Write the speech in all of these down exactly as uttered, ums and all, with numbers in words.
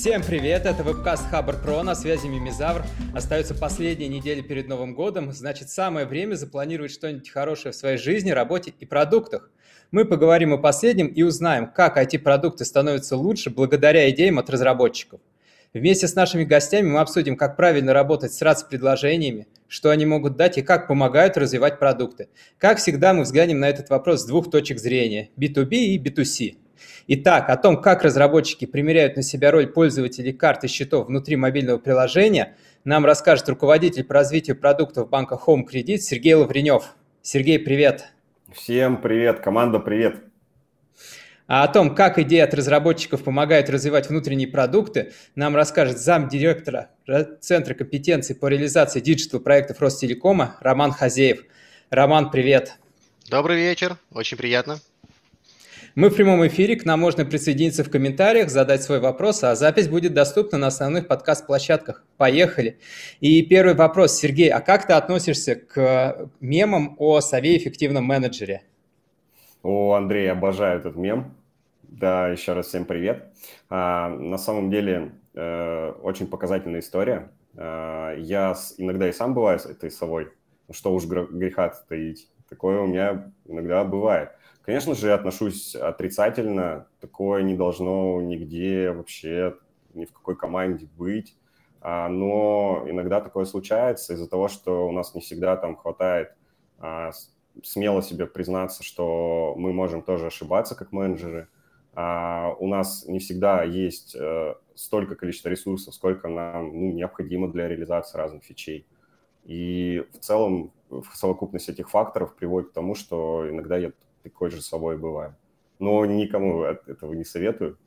Всем привет, это вебкаст Хабр Про, на связи Мимизавр. Остается последняя неделя перед Новым годом, значит, самое время запланировать что-нибудь хорошее в своей жизни, работе и продуктах. Мы поговорим о последнем и узнаем, как ай ти-продукты становятся лучше благодаря идеям от разработчиков. Вместе с нашими гостями мы обсудим, как правильно работать с РАЦ-предложениями, что они могут дать и как помогают развивать продукты. Как всегда, мы взглянем на этот вопрос с двух точек зрения – би ту би и би ту си. Итак, о том, как разработчики примеряют на себя роль пользователей карт и счетов внутри мобильного приложения, нам расскажет руководитель по развитию продуктов банка Home Credit Сергей Лавренев. Сергей, привет! Всем привет, команда, привет! А о том, как идеи от разработчиков помогают развивать внутренние продукты, нам расскажет замдиректора Центра компетенций по реализации диджитал-проектов Ростелекома Роман Хазеев. Роман, привет! Добрый вечер, очень приятно. Мы в прямом эфире, к нам можно присоединиться в комментариях, задать свой вопрос, а запись будет доступна на основных подкаст-площадках. Поехали! И первый вопрос, Сергей, а как ты относишься к мемам о сове эффективном менеджере? О, Андрей, обожаю этот мем. Да, еще раз всем привет. А, на самом деле, э, очень показательная история. А, я с, иногда и сам бываю с этой совой, что уж греха таить. Такое у меня иногда бывает. Конечно же, я отношусь отрицательно. Такое не должно нигде вообще, ни в какой команде быть. А, но иногда такое случается из-за того, что у нас не всегда там хватает а, смело себе признаться, что мы можем тоже ошибаться как менеджеры. А у нас не всегда есть э, столько количества ресурсов, сколько нам ну, необходимо для реализации разных фичей. И в целом совокупность этих факторов приводит к тому, что иногда я такой же собой бываю. Но никому этого не советую.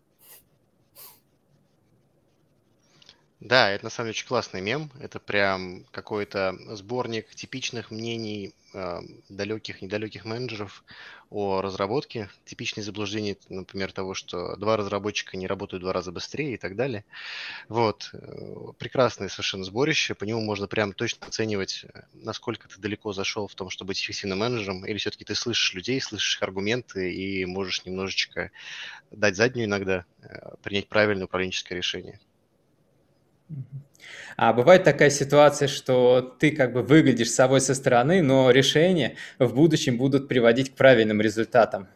Да, это на самом деле очень классный мем. Это прям какой-то сборник типичных мнений э, далеких, недалеких менеджеров о разработке. Типичные заблуждения, например, того, что два разработчика не работают в два раза быстрее и так далее. Вот. э, Прекрасное совершенно сборище. По нему можно прям точно оценивать, э, насколько ты далеко зашел в том, чтобы быть эффективным менеджером, или все-таки ты слышишь людей, слышишь их аргументы и можешь немножечко дать заднюю иногда, э, принять правильное управленческое решение. А бывает такая ситуация, что ты как бы выглядишь совой со стороны, но решения в будущем будут приводить к правильным результатам.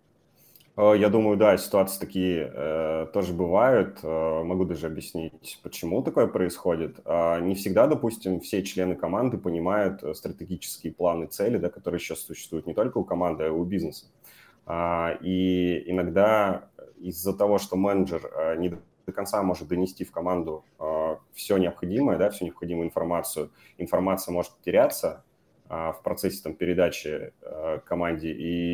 Э, Я думаю, да, ситуации такие э, тоже бывают. Э, могу даже объяснить, почему такое происходит. А, не всегда, допустим, все члены команды понимают э, стратегические планы, цели, да, которые сейчас существуют не только у команды, а и у бизнеса. А, и иногда из-за того, что менеджер э, не до конца может донести в команду э, все необходимое, да, всю необходимую информацию, информация может теряться а, в процессе там, передачи э, команде,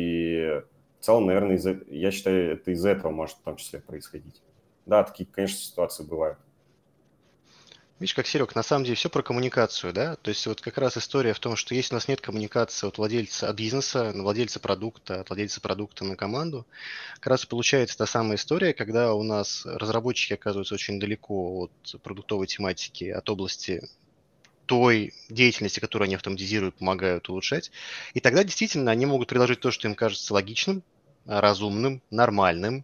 и в целом, наверное, из-за, я считаю, это из-за этого может в том числе происходить. Да, такие, конечно, ситуации бывают. Видишь, как, Серег, на самом деле все про коммуникацию, да? То есть вот как раз история в том, что если у нас нет коммуникации от владельца, от бизнеса, на владельца продукта, от владельца продукта на команду, как раз и получается та самая история, когда у нас разработчики оказываются очень далеко от продуктовой тематики, от области той деятельности, которую они автоматизируют, помогают улучшать. И тогда действительно они могут предложить то, что им кажется логичным, разумным, нормальным,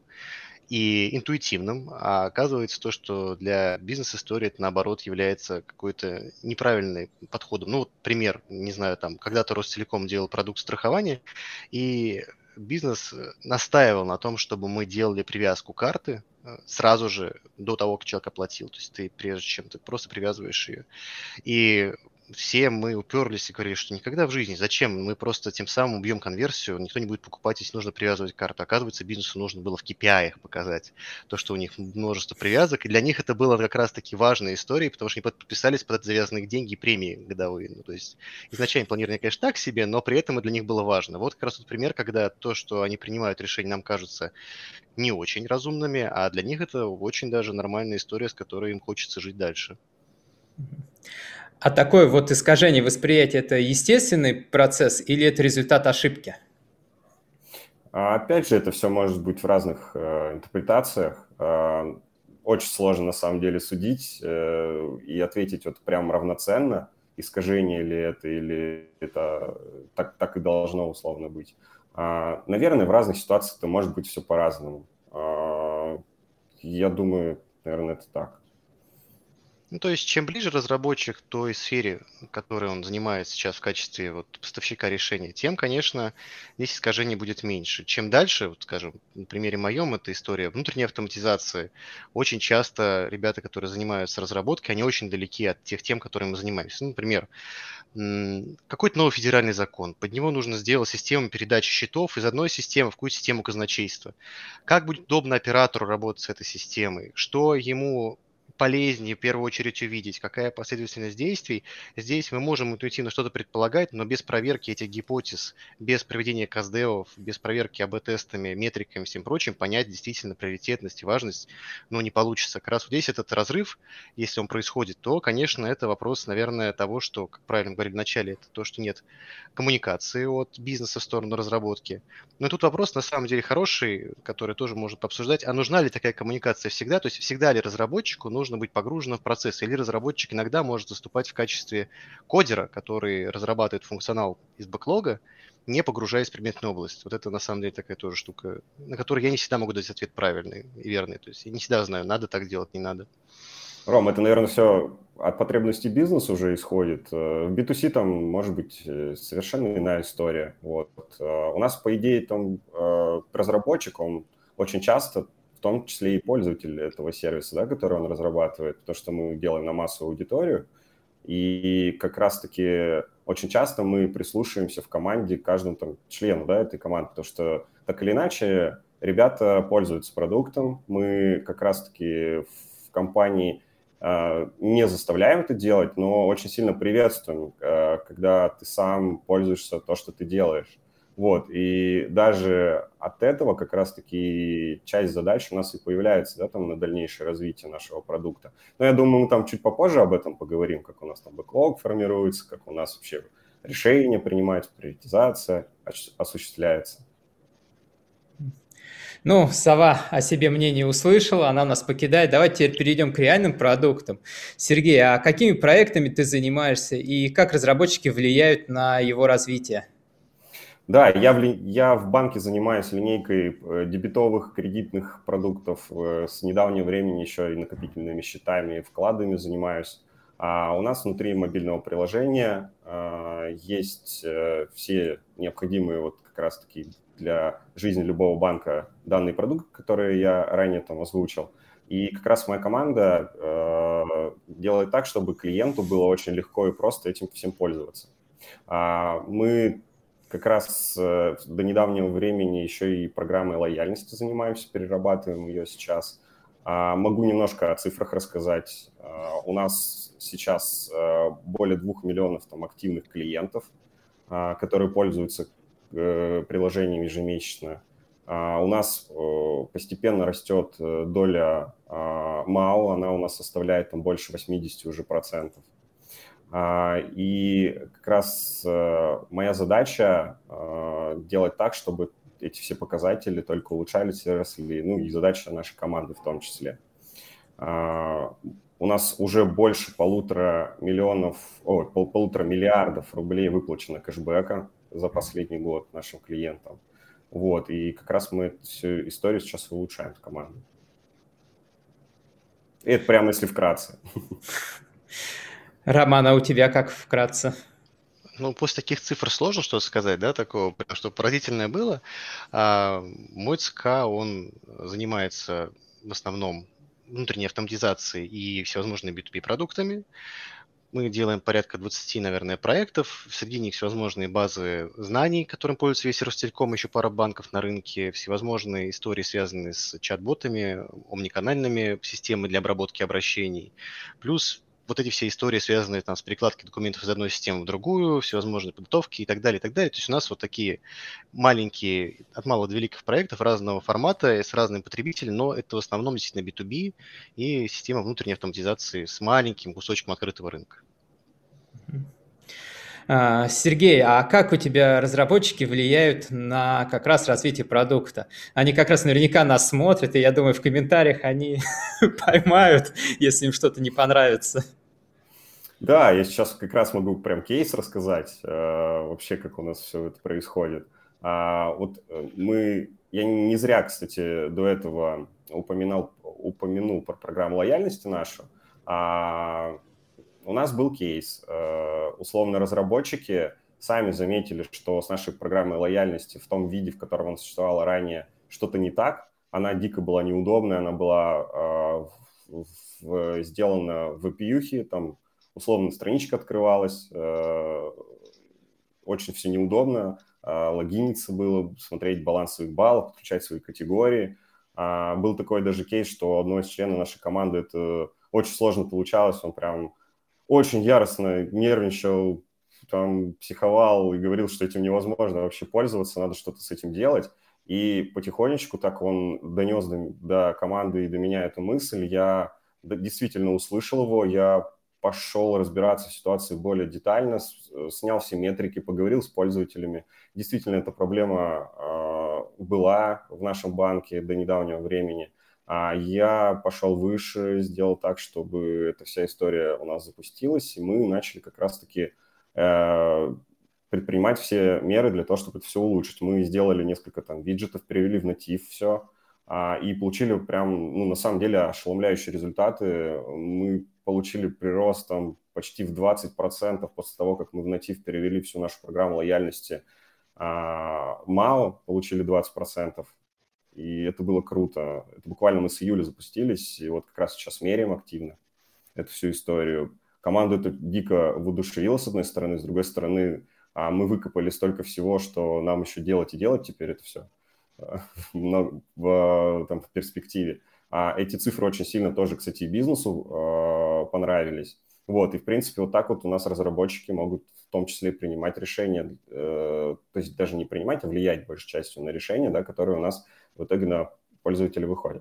и интуитивным, а оказывается то, что для бизнес-истории это, наоборот, является какой-то неправильным подходом. Ну, вот пример, не знаю, там, когда-то Ростелеком делал продукт страхования, и бизнес э, настаивал на том, чтобы мы делали привязку карты э, сразу же до того, как человек оплатил. То есть ты, прежде чем ты просто привязываешь ее. И все мы уперлись и говорили, что никогда в жизни, зачем, мы просто тем самым убьем конверсию, никто не будет покупать, если нужно привязывать карту. Оказывается, бизнесу нужно было в кей пи ай показать то, что у них множество привязок, и для них это было как раз-таки важной историей, потому что они подписались под это завязанные деньги и премии годовые. Ну, то есть изначально планирование, конечно, так себе, но при этом это для них было важно. Вот как раз тот пример, когда то, что они принимают решения, нам кажется не очень разумными, а для них это очень даже нормальная история, с которой им хочется жить дальше. А такое вот искажение восприятия – это естественный процесс или это результат ошибки? А опять же, это все может быть в разных э, интерпретациях. Э, очень сложно на самом деле судить э, и ответить вот прям равноценно, искажение ли это или это так, так и должно условно быть. А, наверное, в разных ситуациях это может быть все по-разному. А, я думаю, наверное, это так. Ну, то есть, чем ближе разработчик к той сфере, которой он занимается сейчас в качестве вот, поставщика решения, тем, конечно, здесь искажений будет меньше. Чем дальше, вот, скажем, на примере моем, это история внутренней автоматизации. Очень часто ребята, которые занимаются разработкой, они очень далеки от тех тем, которыми мы занимаемся. Ну, например, м, какой-то новый федеральный закон. Под него нужно сделать систему передачи счетов из одной системы в какую-то систему казначейства. Как будет удобно оператору работать с этой системой? Что ему полезнее в первую очередь увидеть, какая последовательность действий. Здесь мы можем интуитивно что-то предполагать, но без проверки этих гипотез, без проведения каздевов, без проверки эй би тестами, метриками и всем прочим, понять действительно приоритетность и важность, ну, не получится. Как раз вот здесь этот разрыв, если он происходит, то, конечно, это вопрос, наверное, того, что, как правильно говорили в начале, это то, что нет коммуникации от бизнеса в сторону разработки. Но тут вопрос, на самом деле, хороший, который тоже можно обсуждать, а нужна ли такая коммуникация всегда, то есть всегда ли разработчику нужно быть погруженным в процесс, или разработчик иногда может выступать в качестве кодера, который разрабатывает функционал из бэклога, не погружаясь в предметную область. Вот это на самом деле такая тоже штука, на которую я не всегда могу дать ответ правильный и верный. То есть я не всегда знаю, надо так делать, не надо. Ром, это, наверное, все от потребностей бизнеса уже исходит. В би ту си там может быть совершенно иная история. Вот. У нас, по идее, там разработчик, он очень часто, в том числе и пользователь этого сервиса, да, который он разрабатывает, то, что мы делаем на массовую аудиторию. И как раз-таки очень часто мы прислушиваемся в команде к каждому там, члену, да, этой команды, потому что так или иначе ребята пользуются продуктом. Мы как раз-таки в компании не заставляем это делать, но очень сильно приветствуем, когда ты сам пользуешься то, что ты делаешь. Вот, и даже от этого как раз-таки часть задач у нас и появляется, да, там на дальнейшее развитие нашего продукта. Но я думаю, мы там чуть попозже об этом поговорим, как у нас там бэклог формируется, как у нас вообще решения принимаются, приоритизация осуществляется. Ну, Сова о себе мнение услышала, она нас покидает. Давайте теперь перейдем к реальным продуктам. Сергей, а какими проектами ты занимаешься и как разработчики влияют на его развитие? Да, я в, я в банке занимаюсь линейкой дебетовых, кредитных продуктов. С недавнего времени еще и накопительными счетами, вкладами занимаюсь. А у нас внутри мобильного приложения есть все необходимые вот как раз-таки для жизни любого банка данные продукты, которые я ранее там озвучил. И как раз моя команда э, делает так, чтобы клиенту было очень легко и просто этим всем пользоваться. А мы как раз э, до недавнего времени еще и программой лояльности занимаемся, перерабатываем ее сейчас. А, могу немножко о цифрах рассказать. А, у нас сейчас а, более двух миллионов там, активных клиентов, а, которые пользуются приложением ежемесячно. Uh, у нас uh, постепенно растет uh, доля uh, МАУ, она у нас составляет там больше восемьдесят уже процентов. Uh, и как раз uh, моя задача uh, делать так, чтобы эти все показатели только улучшались и росли, ну и задача нашей команды в том числе. Uh, у нас уже больше полутора миллионов, о, пол, полутора миллиардов рублей выплачено кэшбэка за последний год нашим клиентам. Вот, и как раз мы эту всю историю сейчас улучшаем в команде. И это прямо если вкратце. Роман, а у тебя как вкратце? Ну, после таких цифр сложно что-то сказать, да, такого, что поразительное было. А, мой ЦК, он занимается в основном внутренней автоматизацией и всевозможными би ту би продуктами. Мы делаем порядка двадцати, наверное, проектов. Среди них всевозможные базы знаний, которым пользуется весь Ростелеком, еще пара банков на рынке, всевозможные истории, связанные с чат-ботами, омниканальными системами для обработки обращений. Плюс вот эти все истории, связанные там, с перекладкой документов из одной системы в другую, всевозможные подготовки и так далее, и так далее. То есть у нас вот такие маленькие, от малого до великих проектов разного формата, с разными потребителями, но это в основном действительно би ту би и система внутренней автоматизации с маленьким кусочком открытого рынка. Сергей, а как у тебя разработчики влияют на как раз развитие продукта? Они как раз наверняка нас смотрят, и я думаю, в комментариях они поймают, если им что-то не понравится. Да, я сейчас как раз могу прям кейс рассказать, э, вообще, как у нас все это происходит. А, вот мы, я не зря, кстати, до этого упоминал упомяну про программу лояльности нашу. А, у нас был кейс. А, условно, разработчики сами заметили, что с нашей программой лояльности в том виде, в котором она существовала ранее, что-то не так. Она дико была неудобная, она была а, в, в, сделана в эй пи ай-хе, там условно страничка открывалась, а, очень все неудобно, а, логиниться было, смотреть баланс своих баллов, подключать свои категории. А, был такой даже кейс, что одной из членов нашей команды это очень сложно получалось, он прям очень яростно нервничал, там, психовал и говорил, что этим невозможно вообще пользоваться, надо что-то с этим делать. И потихонечку так он донес до, до команды и до меня эту мысль. Я действительно услышал его, я пошел разбираться в ситуации более детально, снял все метрики, поговорил с пользователями. Действительно, эта проблема э, была в нашем банке до недавнего времени. А я пошел выше, сделал так, чтобы эта вся история у нас запустилась, и мы начали как раз-таки э, предпринимать все меры для того, чтобы это все улучшить. Мы сделали несколько там виджетов, перевели в натив все, а, и получили прям, ну, на самом деле, ошеломляющие результаты. Мы получили прирост там почти в двадцать процентов после того, как мы в натив перевели всю нашу программу лояльности. А, МАО получили двадцать процентов. И это было круто. Это буквально мы с июля запустились, и вот как раз сейчас меряем активно эту всю историю. Команду это дико воодушевило, с одной стороны, с другой стороны, а мы выкопали столько всего, что нам еще делать и делать теперь это все в, в, там, в перспективе. А эти цифры очень сильно тоже, кстати, и бизнесу э, понравились. Вот, и, в принципе, вот так вот у нас разработчики могут в том числе принимать решения, э, то есть даже не принимать, а влиять большей частью на решения, да, которые у нас в итоге на пользователя выходят.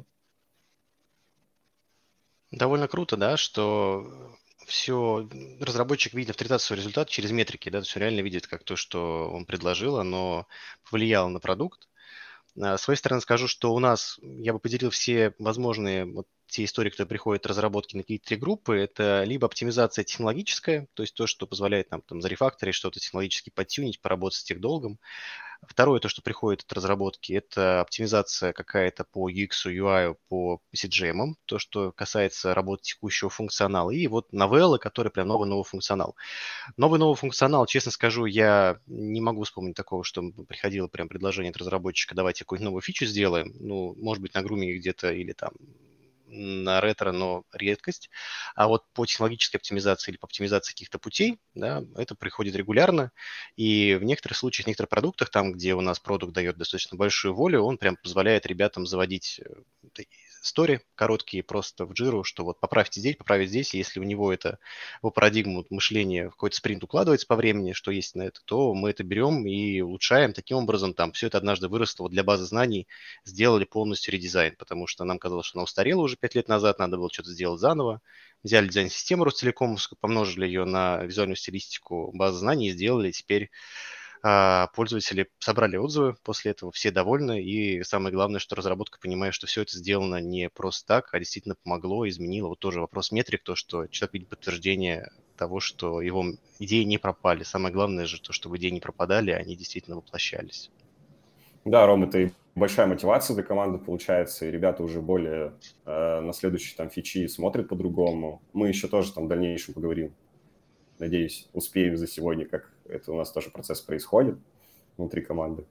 Довольно круто, да, что все разработчик видит авторизацию своего результата через метрики, да, то есть он реально видит, как то, что он предложил, оно повлияло на продукт. С своей стороны скажу, что у нас, я бы поделил все возможные вот те истории, которые приходят разработки на какие-то три группы. Это либо оптимизация технологическая, то есть то, что позволяет нам там зарефакторить что-то технологически подтюнить, поработать с техдолгом. Второе, то, что приходит от разработки, это оптимизация какая-то по ю экс, ю ай, по си джи эм, то, что касается работы текущего функционала. И вот новеллы, которые прям новый-новый функционал. Новый-новый функционал, честно скажу, я не могу вспомнить такого, что приходило прям предложение от разработчика, давайте какую-нибудь новую фичу сделаем. Ну, может быть, на груминге где-то или там на ретро, но редкость. А вот по технологической оптимизации или по оптимизации каких-то путей, да, это приходит регулярно. И в некоторых случаях, в некоторых продуктах, там, где у нас продукт дает достаточно большую волю, он прям позволяет ребятам заводить стори короткие просто в джиру, что вот поправьте здесь, поправить здесь. И если у него это в парадигму мышления в какой-то спринт укладывается по времени, что есть на это, то мы это берем и улучшаем. Таким образом, там все это однажды выросло вот для базы знаний, сделали полностью редизайн, потому что нам казалось, что она устарела уже пять лет назад, надо было что-то сделать заново. Взяли дизайн-систему Ростелеком, помножили ее на визуальную стилистику базы знаний и сделали теперь пользователи собрали отзывы, после этого все довольны, и самое главное, что разработка понимает, что все это сделано не просто так, а действительно помогло, изменило. Вот тоже вопрос метрик, то, что человек видит подтверждение того, что его идеи не пропали. Самое главное же то, чтобы идеи не пропадали, а они действительно воплощались. Да, Ром, это и большая мотивация для команды получается, и ребята уже более э, на следующие там фичи смотрят по-другому. Мы еще тоже там в дальнейшем поговорим. Надеюсь, успеем за сегодня, как это у нас тоже процесс происходит внутри команды.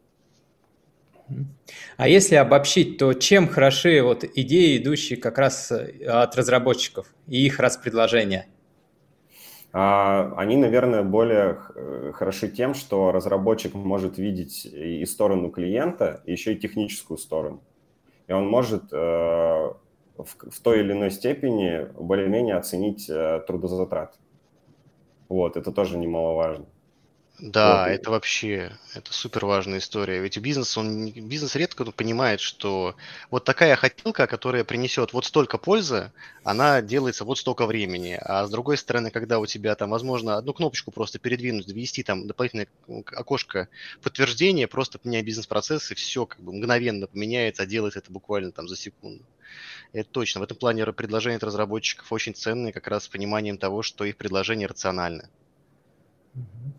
А если обобщить, то чем хороши вот идеи, идущие как раз от разработчиков и их распредложения? А, они, наверное, более хороши тем, что разработчик может видеть и сторону клиента, и еще и техническую сторону. И он может э, в, в той или иной степени более-менее оценить э, трудозатраты. Вот, это тоже немаловажно. Да, Вот. это вообще, это супер важная история. Ведь бизнес, он, бизнес редко понимает, что вот такая хотелка, которая принесет вот столько пользы, она делается вот столько времени. А с другой стороны, когда у тебя там, возможно, одну кнопочку просто передвинуть, довести там дополнительное окошко подтверждения, просто поменять бизнес-процесс, и все как бы мгновенно поменяется, а делается это буквально там за секунду. Это точно. В этом плане предложения от разработчиков очень ценные, как раз с пониманием того, что их предложения рациональны.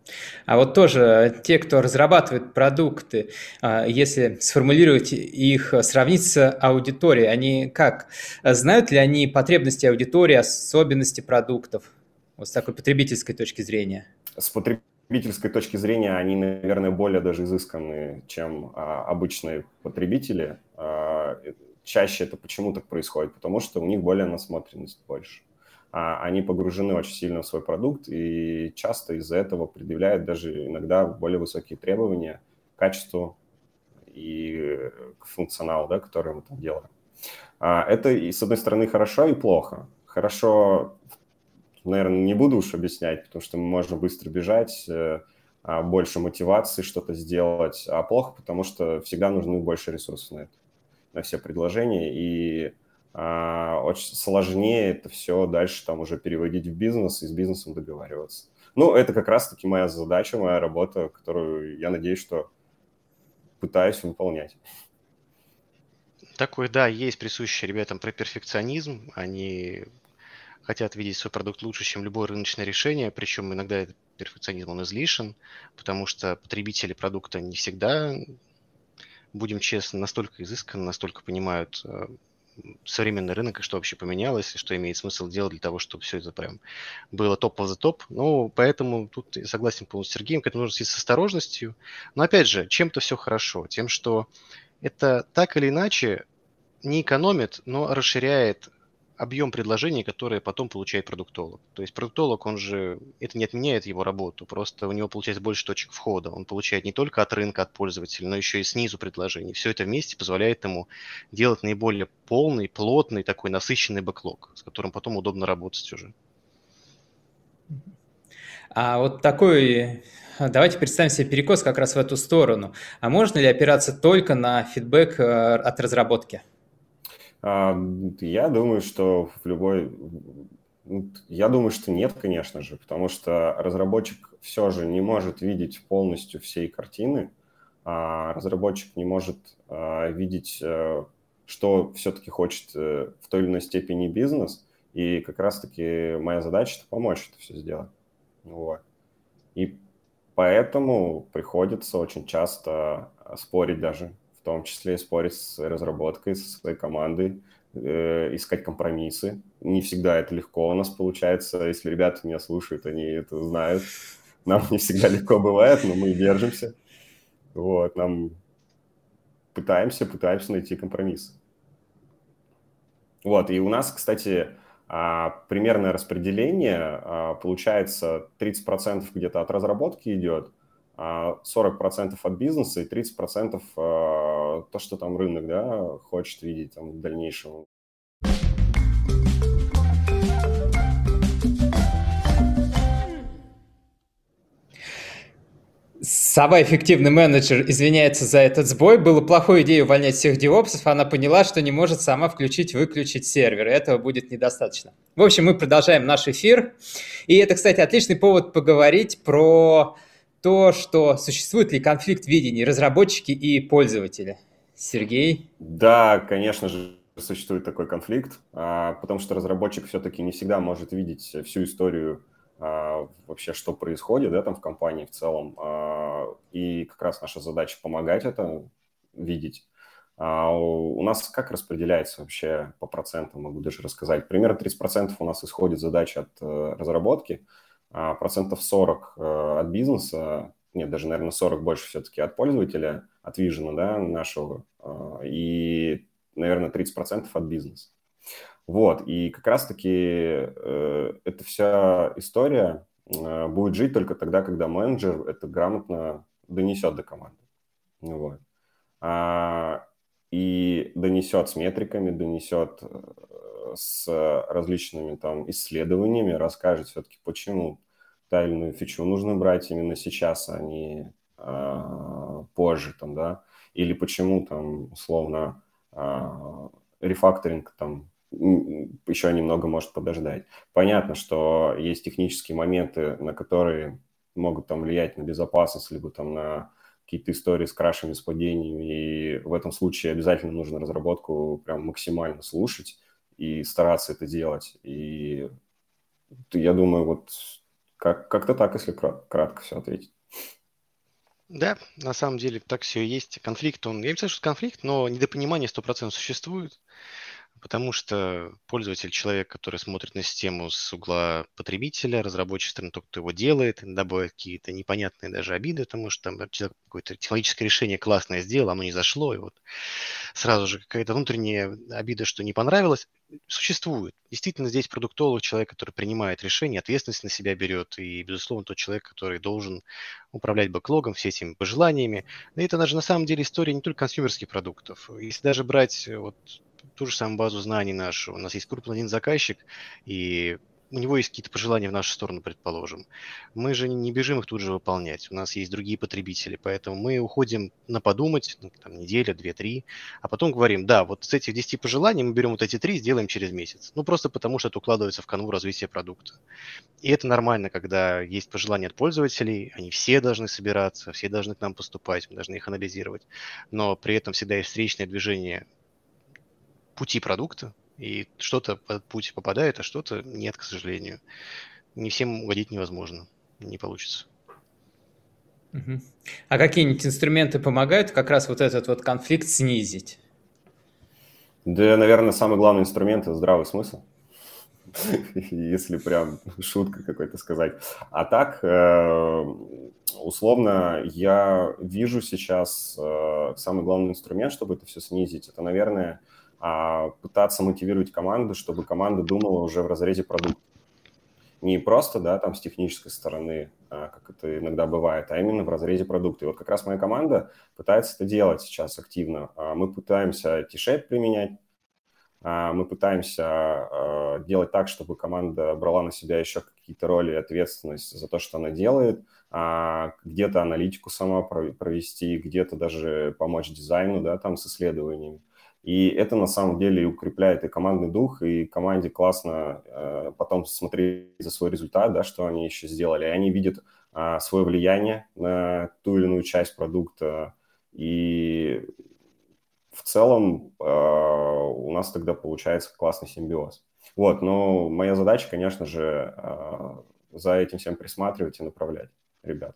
А вот тоже те, кто разрабатывает продукты, а, если сформулировать их, э, сравнить с аудиторией, они как? Э, Знают ли они потребности аудитории, особенности продуктов? Вот с такой потребительской точки зрения. С потребительской точки зрения они, наверное, более даже изысканные, чем а, обычные потребители. А, э, чаще это почему так происходит? Потому что у них более насмотренность больше. А, они погружены очень сильно в свой продукт и часто из-за этого предъявляют даже иногда более высокие требования к качеству и к функционалу, да, который мы там делаем. А, это, и, с одной стороны, хорошо и плохо. Хорошо, наверное, не буду уж объяснять, потому что можно быстро бежать, э, а, больше мотивации что-то сделать, а плохо, потому что всегда нужны больше ресурсов на это, на все предложения, и а, очень сложнее это все дальше там уже переводить в бизнес и с бизнесом договариваться. Ну, это как раз-таки моя задача, моя работа, которую я надеюсь, что пытаюсь выполнять. Такой, да, есть присущий ребятам про перфекционизм. Они хотят видеть свой продукт лучше, чем любое рыночное решение, причем иногда этот перфекционизм, он излишен, потому что потребители продукта не всегда, будем честны, настолько изысканно, настолько понимают э, современный рынок и что вообще поменялось, и что имеет смысл делать для того, чтобы все это прям было топ of the топ. Ну, поэтому тут я согласен полностью с Сергеем, к этому нужно идти с осторожностью. Но опять же, чем-то все хорошо, тем, что это так или иначе не экономит, но расширяет объем предложений, которые потом получает продуктолог. То есть продуктолог, он же, это не отменяет его работу, просто у него получается больше точек входа. Он получает не только от рынка, от пользователя, но еще и снизу предложений. Все это вместе позволяет ему делать наиболее полный, плотный, такой насыщенный бэклог, с которым потом удобно работать уже. А вот такой, давайте представим себе перекос как раз в эту сторону. А можно ли опираться только на фидбэк э, от разработки? А, Я думаю, что в любой... ну, Я думаю, что нет, конечно же, потому что разработчик все же не может видеть полностью всей картины, а разработчик не может а, видеть, э, что все-таки хочет э, в той или иной степени бизнес, и как раз-таки моя задача – помочь это все сделать. Вот. И поэтому приходится очень часто спорить даже, в том числе и спорить с разработкой, со своей командой, э, искать компромиссы. Не всегда это легко у нас получается. Если ребята меня слушают, они это знают. Нам не всегда легко бывает, но мы держимся. Вот, нам пытаемся, пытаемся найти компромисс. Вот, и у нас, кстати, а, примерное распределение, а, получается, тридцать процентов где-то от разработки идет, а, сорок процентов от бизнеса и тридцать процентов а, то, что там рынок, да, хочет видеть там в дальнейшем. Сама эффективный менеджер извиняется за этот сбой. Было плохой идеей увольнять всех девопсов. Она поняла, что не может сама включить-выключить сервер. Этого будет недостаточно. В общем, мы продолжаем наш эфир. И это, кстати, отличный повод поговорить про то, что существует ли конфликт видений разработчики и пользователи. Сергей? Да, конечно же, существует такой конфликт, а, потому что разработчик все-таки не всегда может видеть всю историю а, вообще, что происходит, да, там в компании в целом. А, и как раз наша задача помогать это видеть. А у, у нас как распределяется вообще по процентам, могу даже рассказать. Примерно тридцать процентов у нас исходит задача от э, разработки, а процентов сорок э, от бизнеса, нет, даже, наверное, сорок больше все-таки от пользователя, от вижена, да, нашего, э, и, наверное, тридцать процентов от бизнеса. Вот, и как раз-таки э, эта вся история э, будет жить только тогда, когда менеджер это грамотно донесет до команды. Вот. А, и донесет с метриками, донесет э, с различными там исследованиями, расскажет все-таки, почему та или иную фичу нужно брать именно сейчас, а не а, позже, там, да, или почему там, условно, а, рефакторинг там еще немного может подождать. Понятно, что есть технические моменты, на которые могут там влиять на безопасность, либо там на какие-то истории с крашами, с падениями, и в этом случае обязательно нужно разработку прям максимально слушать и стараться это делать. И я думаю, вот Как, как-то так, если крат- кратко все ответить. Да, на самом деле так все и есть. Конфликт, он, я не знаю, что конфликт, но недопонимание сто процентов существует. Потому что пользователь, человек, который смотрит на систему с угла потребителя, разработчик стороны, тот, кто его делает, иногда бывают какие-то непонятные даже обиды, потому что там человек какое-то технологическое решение классное сделал, оно не зашло, и вот сразу же какая-то внутренняя обида, что не понравилось, существует. Действительно, здесь продуктолог, человек, который принимает решения, ответственность на себя берет, и, безусловно, тот человек, который должен управлять бэклогом, все этими пожеланиями. И это даже на самом деле история не только консюмерских продуктов. Если даже брать вот ту же самую базу знаний нашу. У нас есть крупный один заказчик, и у него есть какие-то пожелания в нашу сторону, предположим. Мы же не бежим их тут же выполнять. У нас есть другие потребители, поэтому мы уходим на подумать, ну, там, неделя, две, три, а потом говорим, да, вот с этих десяти пожеланий мы берем вот эти три, сделаем через месяц. Ну, просто потому что это укладывается в канву развития продукта. И это нормально, когда есть пожелания от пользователей, они все должны собираться, все должны к нам поступать, мы должны их анализировать, но при этом всегда есть встречное движение пути продукта, и что-то в этот путь попадает, а что-то нет, к сожалению. Не всем угодить невозможно, не получится. Мгм. А какие-нибудь инструменты помогают как раз вот этот вот конфликт снизить? Да, наверное, самый главный инструмент – это здравый смысл. Если прям шутка какой-то сказать. А так, э, условно, я вижу сейчас э, самый главный инструмент, чтобы это все снизить, это, наверное, а, пытаться мотивировать команду, чтобы команда думала уже в разрезе продукта. Не просто, да, там с технической стороны, а, как это иногда бывает, а именно в разрезе продукта. И вот как раз моя команда пытается это делать сейчас активно. А, Мы пытаемся T-Shape применять, а, мы пытаемся а, делать так, чтобы команда брала на себя еще какие-то роли и ответственность за то, что она делает, а, где-то аналитику сама провести, где-то даже помочь дизайну, да, там с исследованиями. И это на самом деле и укрепляет и командный дух, и команде классно э, потом смотреть за свой результат, да, что они еще сделали. И они видят э, свое влияние на ту или иную часть продукта. И в целом э, у нас тогда получается классный симбиоз. Вот, но моя задача, конечно же, э, за этим всем присматривать и направлять ребят.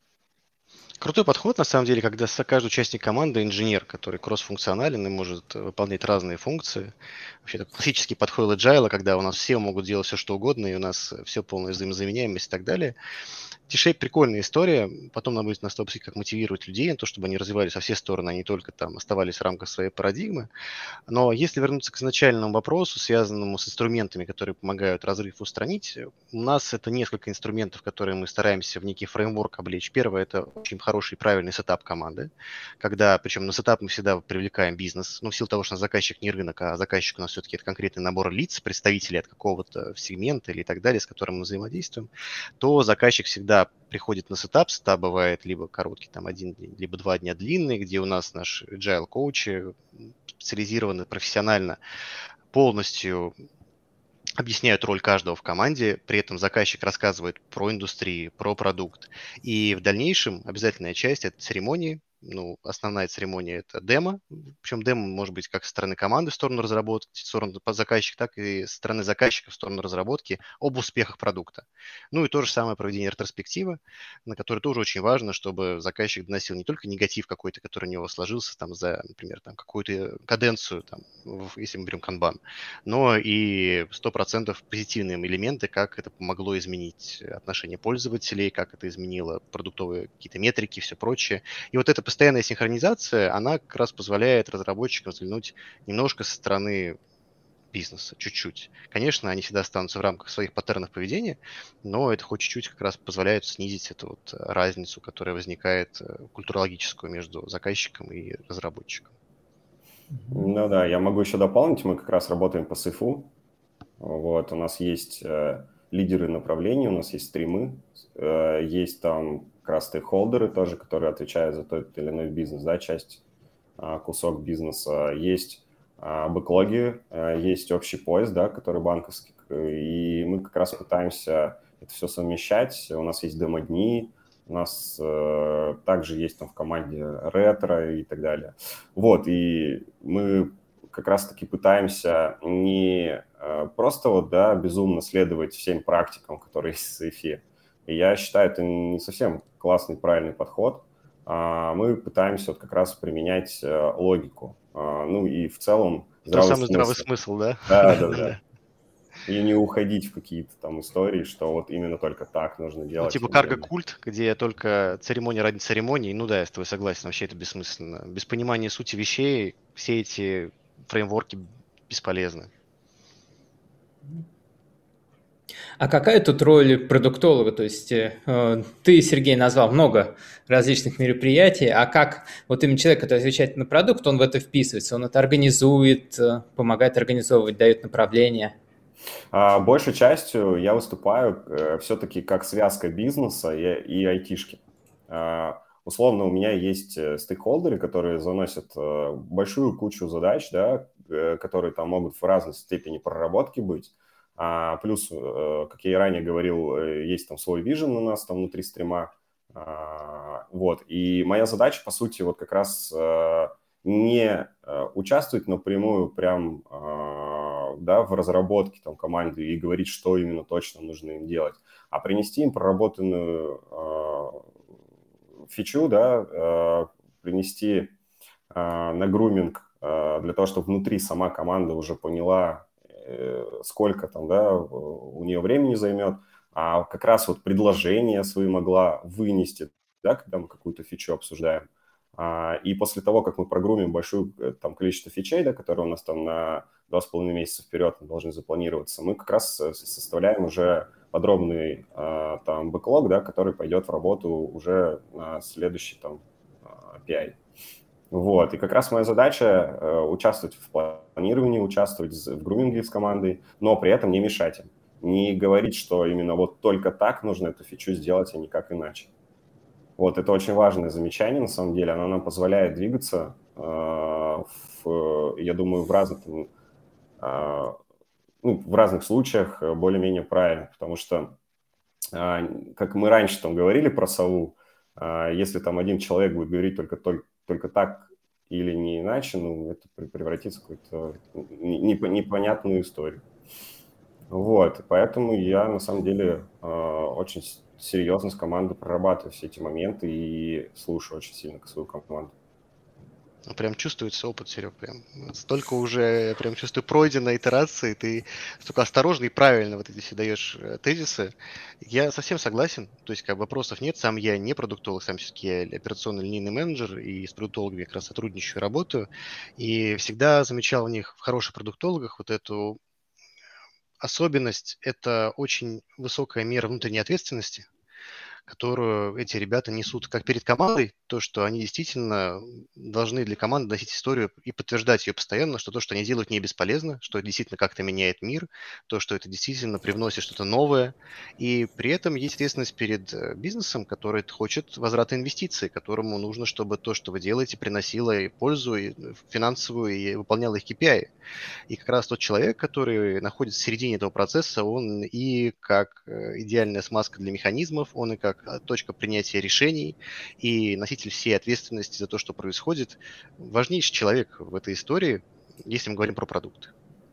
Крутой подход, на самом деле, когда со- каждый участник команды инженер, который кроссфункционален и может э, выполнять разные функции. Вообще, это классический подход agile, когда у нас все могут делать все, что угодно, и у нас все полная взаимозаменяемость и так далее. T-Shape прикольная история. Потом надо будет нас обсудить, как мотивировать людей на то, чтобы они развивались во все стороны, а не только там оставались в рамках своей парадигмы. Но если вернуться к изначальному вопросу, связанному с инструментами, которые помогают разрыв устранить, у нас это несколько инструментов, которые мы стараемся в некий фреймворк облечь. Первое – это очень хороший и правильный сетап команды, когда, причем на сетап мы всегда привлекаем бизнес, ну, в силу того, что у нас заказчик не рынок, а заказчик у нас все-таки это конкретный набор лиц, представителей от какого-то сегмента или так далее, с которым мы взаимодействуем, то заказчик всегда приходит на сетап. Сетап бывает либо короткий, там один день, либо два дня длинный, где у нас наши agile коучи специализированы профессионально, полностью объясняют роль каждого в команде, при этом заказчик рассказывает про индустрию, про продукт. И в дальнейшем обязательная часть – это церемонии. Ну, основная церемония – это демо. Причем демо может быть как со стороны команды в сторону разработки, в сторону заказчика, так и со стороны заказчика в сторону разработки об успехах продукта. Ну и то же самое проведение ретроспективы, на которой тоже очень важно, чтобы заказчик доносил не только негатив какой-то, который у него сложился там за, например, там, какую-то каденцию, там, в- если мы берем канбан, но и сто процентов позитивные элементы, как это помогло изменить отношение пользователей, как это изменило продуктовые какие-то метрики, все прочее. И вот эта постоянная синхронизация, она как раз позволяет разработчикам взглянуть немножко со стороны бизнеса, чуть-чуть. Конечно, они всегда останутся в рамках своих паттернов поведения, но это хоть чуть-чуть как раз позволяет снизить эту вот разницу, которая возникает э, культурологическую между заказчиком и разработчиком. Ну да, я могу еще дополнить, мы как раз работаем по сейфу. Вот, у нас есть э, лидеры направлений, у нас есть стримы, э, есть там как раз стейкхолдеры тоже, которые отвечают за тот или иной бизнес, да, часть, а, кусок бизнеса. Есть а, бэклоги, а, есть общий поиск, да, который банковский, и мы как раз пытаемся это все совмещать. У нас есть демо-дни, у нас э, также есть там в команде ретро и так далее. Вот, и мы как раз-таки пытаемся не э, просто вот, да, безумно следовать всем практикам, которые есть в сейфе, И я считаю, это не совсем классный, правильный подход. Мы пытаемся вот как раз применять логику. Ну и в целом Тот здравый самый здравый смысл. смысл, да? Да, да, да. И не уходить в какие-то там истории, что вот именно только так нужно Ну, делать и типа так далее. карго-культ, где только церемония ради церемонии. Ну да, я с тобой согласен, вообще это бессмысленно. Без понимания сути вещей все эти фреймворки бесполезны. А какая тут роль продуктолога? То есть э, ты, Сергей, назвал много различных мероприятий, а как вот именно человек, который отвечает на продукт, он в это вписывается, он это организует, э, помогает организовывать, дает направление? А большей частью я выступаю э, все-таки как связка бизнеса и, и айтишки. А, условно, у меня есть э, стейкхолдеры, которые заносят э, большую кучу задач, да, э, которые там могут в разной степени проработки быть. А, плюс, э, как я и ранее говорил, э, есть там свой вижен у нас там внутри стрима. А, вот. И моя задача, по сути, вот как раз э, не э, участвовать напрямую прям э, да, в разработке там, команды и говорить, что именно точно нужно им делать, а принести им проработанную э, фичу, да, э, принести э, на груминг э, для того, чтобы внутри сама команда уже поняла, э, сколько там, да, у нее времени займет, а как раз вот предложение свои могла вынести, да, когда мы какую-то фичу обсуждаем. А, и после того, как мы прогрумим большое там количество фичей, да, которые у нас там на два с половиной месяца вперед должны запланироваться, мы как раз составляем уже подробный а, там бэклог, да, который пойдет в работу уже на следующий там пи ай. Вот, и как раз моя задача э, участвовать в планировании, участвовать в груминге с командой, но при этом не мешать им. Не говорить, что именно вот только так нужно эту фичу сделать, а никак иначе. Вот, это очень важное замечание, на самом деле. Оно нам позволяет двигаться, э, в, я думаю, в разных, э, ну, в разных случаях более-менее правильно, потому что, э, как мы раньше там говорили про сову, э, если там один человек будет говорить только, только, только так или не иначе, ну, это превратится в какую-то непонятную историю. Вот, поэтому я, на самом деле, э, очень серьезно с командой прорабатываю все эти моменты и слушаю очень сильно свою команду. Ну, прям чувствуется опыт, Серег, прям. Столько уже, прям чувствую, пройденной итерации, ты столько осторожно и правильно вот эти все даешь тезисы. Я совсем согласен, то есть как бы вопросов нет, сам я не продуктолог, сам все-таки я операционный линейный менеджер, и с продуктологами как раз сотрудничаю, работаю, и всегда замечал в них, в хороших продуктологах, вот эту особенность, это очень высокая мера внутренней ответственности, которую эти ребята несут как перед командой, то, что они действительно должны для команды носить историю и подтверждать ее постоянно, что то, что они делают, не бесполезно, что это действительно как-то меняет мир, то, что это действительно привносит что-то новое. И при этом есть ответственность перед э, бизнесом, который хочет возврата инвестиций, которому нужно, чтобы то, что вы делаете, приносило и пользу и финансовую, и выполняло их кей пи ай. И как раз тот человек, который находится в середине этого процесса, он и как э, идеальная смазка для механизмов, он и как э, точка принятия решений, и носитель всей ответственности за то, что происходит. Важнейший человек в этой истории, если мы говорим про продукты.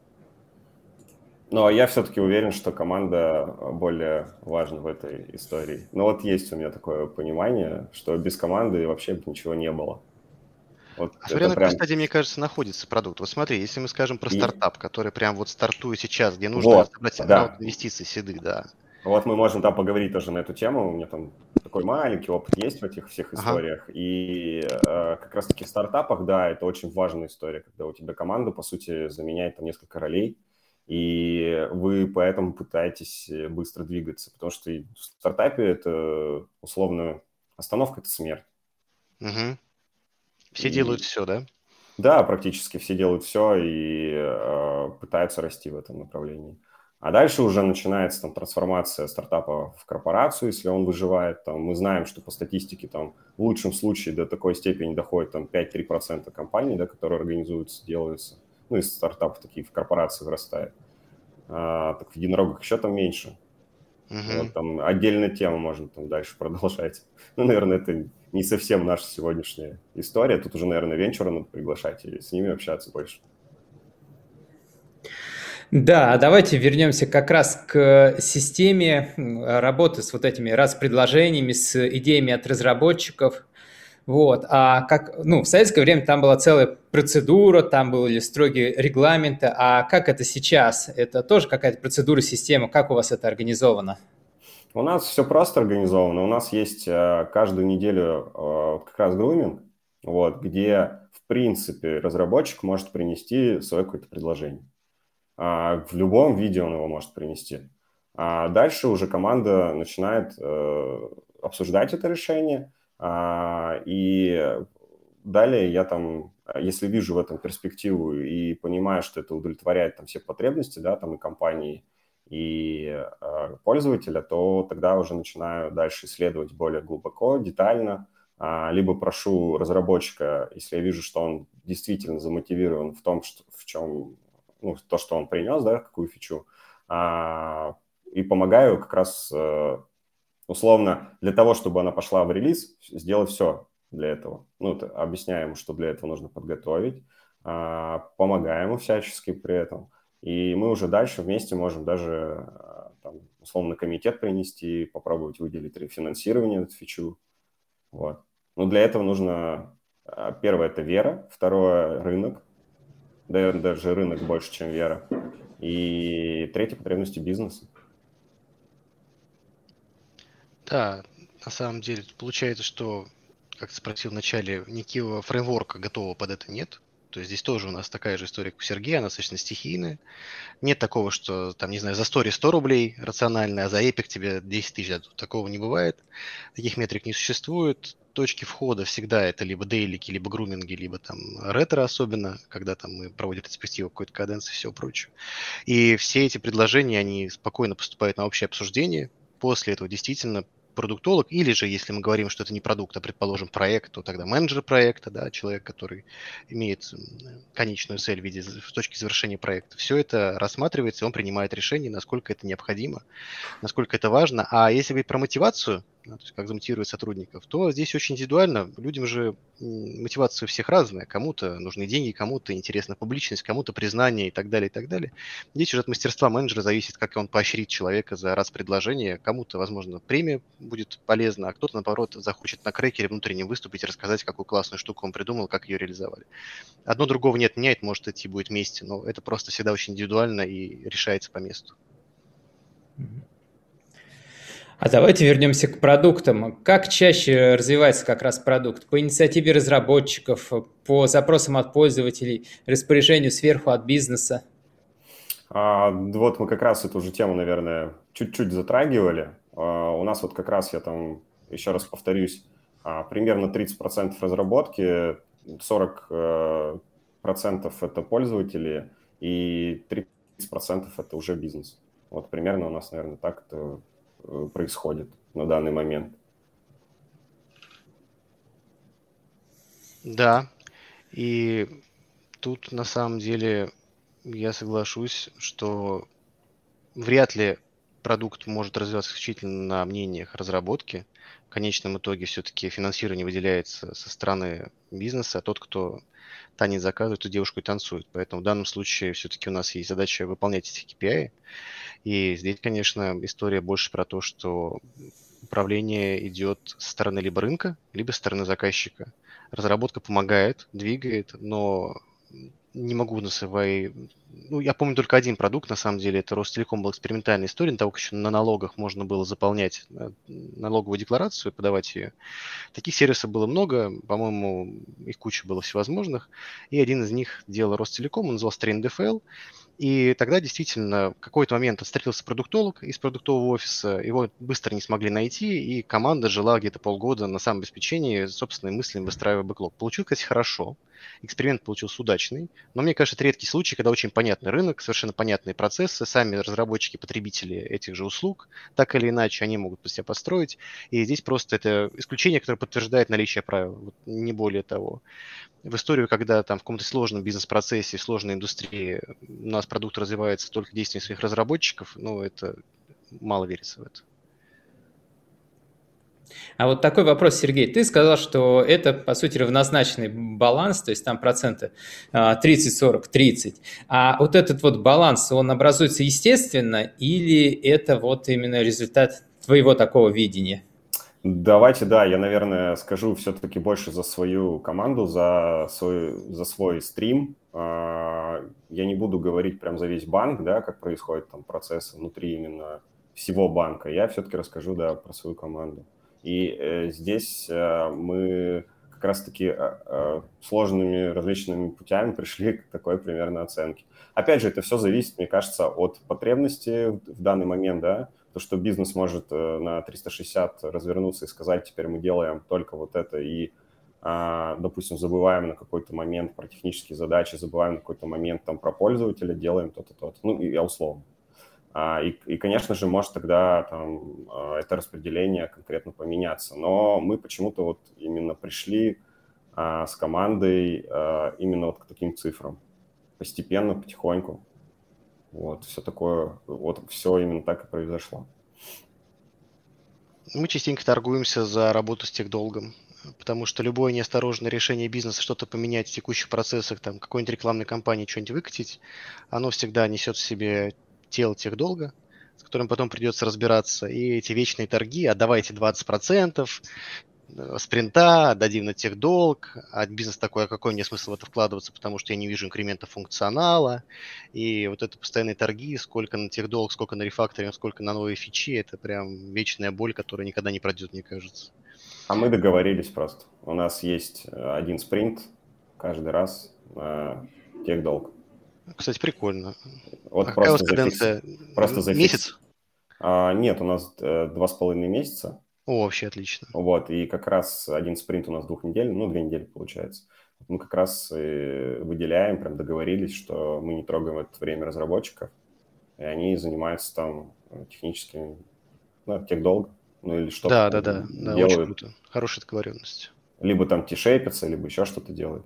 Но я все-таки уверен, что команда более важна в этой истории. Но вот есть у меня такое понимание, что без команды вообще бы ничего не было. Вот А смотря это на какой прям... стадии, мне кажется, находится продукт. Вот смотри, если мы скажем про И... стартап, который прям вот стартует сейчас, где нужно Вот, собрать раунд да. инвестиций седых, да. Вот мы можем там поговорить тоже на эту тему. У меня там такой маленький опыт есть в этих всех Ага. историях. И э, как раз-таки в стартапах, да, это очень важная история, когда у тебя команда, по сути, заменяет там несколько ролей, и вы поэтому пытаетесь быстро двигаться. Потому что в стартапе это, условно, остановка – это смерть. Угу. Все И... делают все, да? Да, практически все делают все и э, пытаются расти в этом направлении. А дальше уже начинается там трансформация стартапа в корпорацию, если он выживает. Там, мы знаем, что по статистике там, в лучшем случае до такой степени доходит там, пять-три процента компаний, да, которые организуются, делаются. Ну, из стартапов такие в корпорации вырастают. А, так в единорогах еще там меньше. Угу. Вот, там отдельная тема, можно там дальше продолжать. Ну, наверное, это не совсем наша сегодняшняя история. Тут уже, наверное, венчура надо приглашать и с ними общаться больше. Да, давайте вернемся как раз к системе м, работы с вот этими раз-предложениями, с идеями от разработчиков. Вот. А как, ну, в советское время там была целая процедура, там были строгие регламенты. А как это сейчас? Это тоже какая-то процедура, система? Как у вас это организовано? У нас все просто организовано. У нас есть э, каждую неделю э, как раз груминг, вот, где, в принципе, разработчик может принести свое какое-то предложение. А, в любом виде он его может принести. А дальше уже команда начинает э, обсуждать это решение. А, и далее я там, если вижу в этом перспективу и понимаю, что это удовлетворяет там все потребности, да, там и компании, и э, пользователя, то тогда уже начинаю дальше исследовать более глубоко, детально, а, либо прошу разработчика, если я вижу, что он действительно замотивирован в том, что, в чем, ну, то, что он принес, да, какую фичу, а, и помогаю как раз э, условно для того, чтобы она пошла в релиз, сделать все для этого. Ну, это, объясняю ему, что для этого нужно подготовить, а, помогаем ему всячески при этом. И мы уже дальше вместе можем даже, а, там, условно, комитет принести, попробовать выделить финансирование на эту фичу. Вот. Но для этого нужно, а, первое, это вера, второе, рынок, да, даже рынок больше, чем вера, и третье, потребности бизнеса. Да, на самом деле получается, что, как ты спросил вначале, некого фреймворка готового под это нет. То есть здесь тоже у нас такая же история, как у Сергея, она достаточно стихийная. Нет такого, что там, не знаю, за стори сто рублей рационально, а за эпик тебе десять тысяч дадут. Такого не бывает. Таких метрик не существует. Точки входа всегда это либо дейлики, либо груминги, либо там ретро особенно, когда там мы проводим ретроспективу, какой-то каденс и все прочее. И все эти предложения, они спокойно поступают на общее обсуждение. После этого действительно продуктолог, или же, если мы говорим, что это не продукт, а, предположим, проект, то тогда менеджер проекта, да, человек, который имеет конечную цель в виде в точки завершения проекта. Все это рассматривается, и он принимает решение, насколько это необходимо, насколько это важно. А если говорить про мотивацию, да, то есть как замотивировать сотрудников, то здесь очень индивидуально. Людям же мотивация у всех разная. Кому-то нужны деньги, кому-то интересна публичность, кому-то признание и так далее, и так далее. Здесь уже от мастерства менеджера зависит, как он поощрит человека за раз предложение. Кому-то, возможно, премия будет полезна, а кто-то, наоборот, захочет на крекере внутреннем выступить и рассказать, какую классную штуку он придумал, как ее реализовали. Одно другого не отменяет, может идти будет вместе, но это просто всегда очень индивидуально и решается по месту. А давайте вернемся к продуктам. Как чаще развивается как раз продукт? По инициативе разработчиков, по запросам от пользователей, распоряжению сверху от бизнеса? А, вот мы как раз эту же тему, наверное, чуть-чуть затрагивали. А, у нас вот как раз, я там, еще раз повторюсь, а, примерно тридцать процентов разработки, сорок процентов это пользователи и тридцать процентов это уже бизнес. Вот примерно у нас, наверное, так это происходит на данный момент. Да, и тут на самом деле я соглашусь, что вряд ли продукт может развиваться исключительно на мнениях разработки. В конечном итоге все-таки финансирование выделяется со стороны бизнеса, а тот, кто танец заказывает, ту девушку и танцует. Поэтому в данном случае все-таки у нас есть задача выполнять эти кей пи ай. И здесь, конечно, история больше про то, что управление идет со стороны либо рынка, либо со стороны заказчика. Разработка помогает, двигает, но не могу на своей... Ну, я помню только один продукт, на самом деле, это Ростелеком, был экспериментальная история, того, как еще на налогах можно было заполнять налоговую декларацию, подавать ее. Таких сервисов было много, по-моему, их куча было всевозможных, и один из них делал Ростелеком, он назывался три эн ди эф эл, и тогда действительно в какой-то момент отстрелился продуктолог из продуктового офиса, его быстро не смогли найти, и команда жила где-то полгода на самообеспечении, собственными мыслями выстраивая бэклог. Получилось, кстати, хорошо, эксперимент получился удачный, но мне кажется, это редкий случай, когда очень понятный рынок, совершенно понятные процессы, сами разработчики, потребители этих же услуг, так или иначе, они могут под себя построить, и здесь просто это исключение, которое подтверждает наличие правил, вот не более того. В историю, когда там в каком-то сложном бизнес-процессе, в сложной индустрии у нас продукт развивается только действием своих разработчиков, ну, это мало верится в это. А вот такой вопрос, Сергей. Ты сказал, что это, по сути, равнозначный баланс, то есть там проценты а, тридцать сорок тридцать. А вот этот вот баланс, он образуется естественно или это вот именно результат твоего такого видения? Давайте, да, я, наверное, скажу все-таки больше за свою команду, за свой, за свой стрим. А, Я не буду говорить прям за весь банк, да, как происходят там процессы внутри именно всего банка. Я все-таки расскажу, да, про свою команду. И э, здесь э, мы как раз-таки э, э, сложными различными путями пришли к такой примерно оценке. Опять же, это все зависит, мне кажется, от потребности в, в данный момент, да. То, что бизнес может э, на триста шестьдесят развернуться и сказать, теперь мы делаем только вот это, и, а, допустим, забываем на какой-то момент про технические задачи, забываем на какой-то момент там про пользователя, делаем то-то, то-то. Ну, и я условно. А, и, и, конечно же, может тогда там а, это распределение конкретно поменяться. Но мы почему-то вот именно пришли а, с командой а, именно вот к таким цифрам. Постепенно, потихоньку. Вот, все такое, вот все именно так и произошло. Мы частенько торгуемся за работу с техдолгом, потому что любое неосторожное решение бизнеса что-то поменять в текущих процессах, там, какой-нибудь рекламной кампании что-нибудь выкатить, оно всегда несет в себе тело техдолга, с которым потом придется разбираться, и эти вечные торги, а давайте двадцать процентов, спринта, дадим на техдолг, а бизнес такой, а какой мне смысл в это вкладываться, потому что я не вижу инкремента функционала, и вот это постоянные торги, сколько на техдолг, сколько на рефакторинг, сколько на новые фичи, это прям вечная боль, которая никогда не пройдет, мне кажется. А мы договорились просто. У нас есть один спринт каждый раз на техдолг. Кстати, прикольно. Вот А какая у вас просто каденция? зафикс... просто зафикс... Месяц? А, нет, у нас э, два с половиной месяца. О, вообще отлично. Вот, и как раз один спринт у нас двухнедельный, ну, две недели получается. Мы как раз и выделяем, прям договорились, что мы не трогаем в это время разработчиков, и они занимаются там техническими, ну, техдолгом, ну, или что-то Да, да, да, да, очень делают. круто. Хорошая договоренность. Либо там тишейпятся, либо еще что-то делают.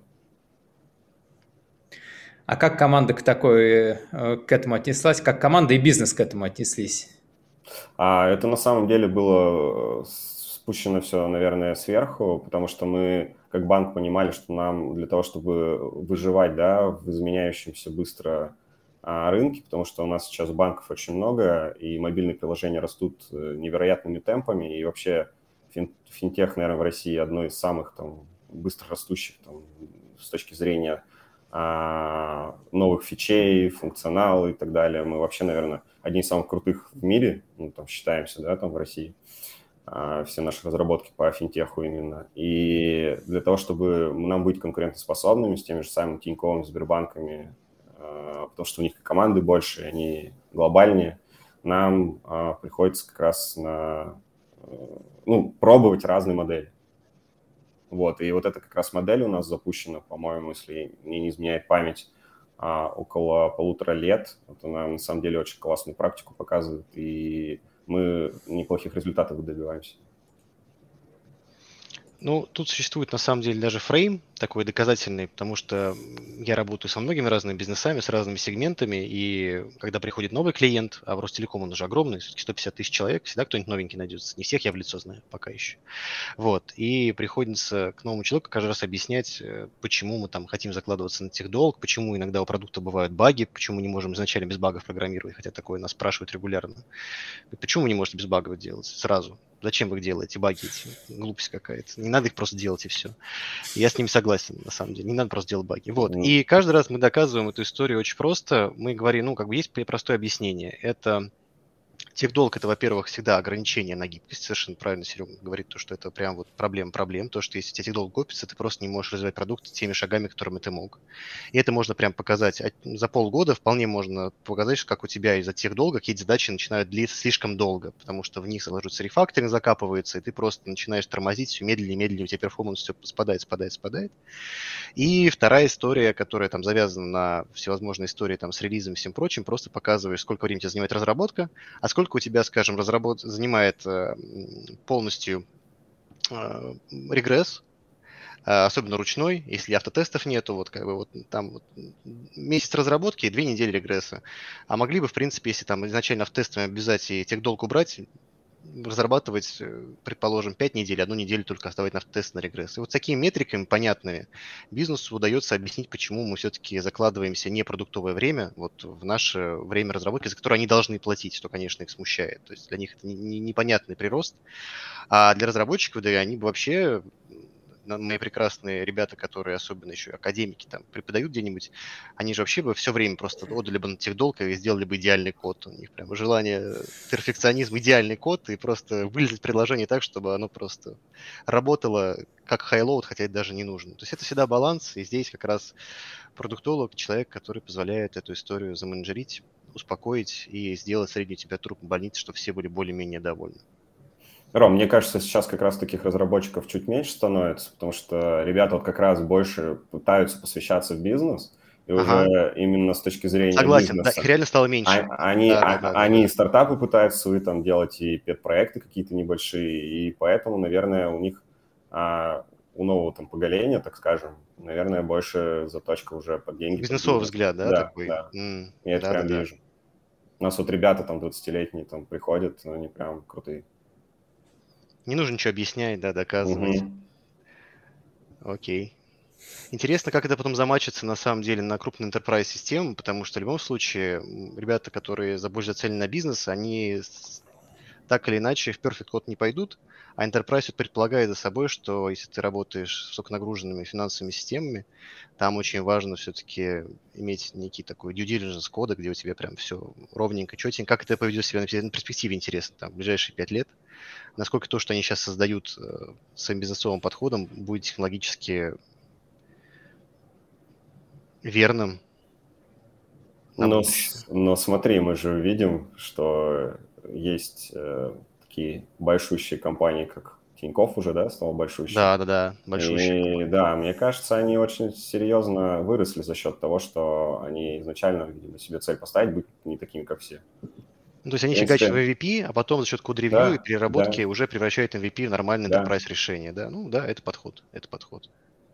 А как команда к такой, э, к этому отнеслась? Как команда и бизнес к этому отнеслись? А это на самом деле было спущено все, наверное, сверху, потому что мы, как банк, понимали, что нам для того, чтобы выживать, да, в изменяющемся быстро а, рынке, потому что у нас сейчас банков очень много, и мобильные приложения растут невероятными темпами, и вообще фин, финтех, наверное, в России одно из самых там быстро растущих там, с точки зрения а, новых фичей, функционала и так далее. Мы вообще, наверное, одни из самых крутых в мире, ну, там, считаемся, да, там, в России, а, все наши разработки по финтеху именно. И для того, чтобы нам быть конкурентоспособными с теми же самыми Тиньковыми, Сбербанками, а, потому что у них команды больше, они глобальнее, нам а, приходится как раз на, ну, пробовать разные модели. Вот, и вот эта как раз модель у нас запущена, по-моему, если мне не изменяет память, а, около полутора лет. Вот она на самом деле очень классную практику показывает, и мы неплохих результатов добиваемся. Ну, тут существует на самом деле даже фрейм такой доказательный, потому что я работаю со многими разными бизнесами, с разными сегментами, и когда приходит новый клиент, а в Ростелеком он уже огромный, все-таки сто пятьдесят тысяч человек, всегда кто-нибудь новенький найдется. Не всех я в лицо знаю пока еще. Вот. И приходится к новому человеку каждый раз объяснять, почему мы там хотим закладываться на техдолг, почему иногда у продукта бывают баги, почему мы не можем изначально без багов программировать, хотя такое нас спрашивают регулярно. Почему вы не можете без багов делать сразу? Зачем вы их делаете, баги эти? Глупость какая-то. Не надо их просто делать, и все. Я с ними согласен, на самом деле. Не надо просто делать баги. Вот. Mm. И каждый раз мы доказываем эту историю очень просто. Мы говорим, ну, как бы есть простое объяснение. Это техдолг – это, во-первых, всегда ограничение на гибкость. Совершенно правильно Серега говорит, то, что это прям вот проблема проблем. То, что если у тебя техдолг копится, ты просто не можешь развивать продукт теми шагами, которыми ты мог. И это можно прям показать. За полгода вполне можно показать, что как у тебя из-за техдолга какие-то задачи начинают длиться слишком долго, потому что в них ложится рефакторинг, закапывается, и ты просто начинаешь тормозить все медленнее и медленнее, у тебя перформанс все спадает, спадает, спадает. И вторая история, которая там завязана на всевозможные истории там с релизом и всем прочим, просто показываешь, сколько времени тебе занимает разработка, а сколько у тебя, скажем, разработ... занимает э, полностью э, регресс, э, особенно ручной, если автотестов нету, вот как бы вот там вот месяц разработки и две недели регресса. А могли бы, в принципе, если там изначально автотестами обязать и техдолг убрать, разрабатывать, предположим, пять недель, одну неделю только оставить на тест на регресс. И вот такими метриками понятными бизнесу удается объяснить, почему мы все-таки закладываемся не продуктовое время вот в наше время разработки, за которое они должны платить, что, конечно, их смущает. То есть для них это непонятный прирост. А для разработчиков, да, они бы вообще, мои прекрасные ребята, которые особенно еще академики там преподают где-нибудь, они же вообще бы все время просто отдали бы на техдолг и сделали бы идеальный код. У них прям желание, перфекционизм, идеальный код, и просто вылезать предложение так, чтобы оно просто работало как хайлоуд, хотя это даже не нужно. То есть это всегда баланс, и здесь как раз продуктолог, человек, который позволяет эту историю заменеджерить, успокоить и сделать среднюю температуру по больнице, чтобы все были более-менее довольны. Ром, мне кажется, сейчас как раз таких разработчиков чуть меньше становится, потому что ребята вот как раз больше пытаются посвящаться в бизнес, и ага. уже именно с точки зрения Согласен, бизнеса. Да, их реально стало меньше. А, они да, а, да, да, они да. стартапы пытаются свои там делать, и пет-проекты какие-то небольшие, и поэтому, наверное, у них, а, у нового там поколения, так скажем, наверное, больше заточка уже под деньги. Бизнесовый под взгляд, да, да, такой? Да, mm, я это да, прям да, вижу. Да. У нас вот ребята там двадцатилетние там приходят, они прям крутые. Не нужно ничего объяснять, да, доказывать. Угу. Окей. Интересно, как это потом замачится на самом деле на крупную enterprise систему, потому что в любом случае ребята, которые больше зацелены на бизнес, они так или иначе в Perfect Code не пойдут, а enterprise предполагает за собой, что если ты работаешь с высоконагруженными финансовыми системами, там очень важно все-таки иметь некий такой due diligence кода, где у тебя прям все ровненько, четенько. Как это поведет себя на перспективе, интересно, там, в ближайшие пять лет. Насколько то, что они сейчас создают э, своим бизнесовым подходом, будет технологически верным. Но, но смотри, мы же видим, что есть э, такие большущие компании, как Тинькофф уже, да, стал большущим. Да, да, да, большущие. И да, мне кажется, они очень серьезно выросли за счет того, что они изначально, видимо, себе цель поставить, быть не такими, как все. Ну, то есть они фигачат в эм ви пи, а потом за счет код-ревью да, и переработки да. уже превращают эм ви пи в нормальное да. enterprise решение, да? Ну да, это подход, это подход.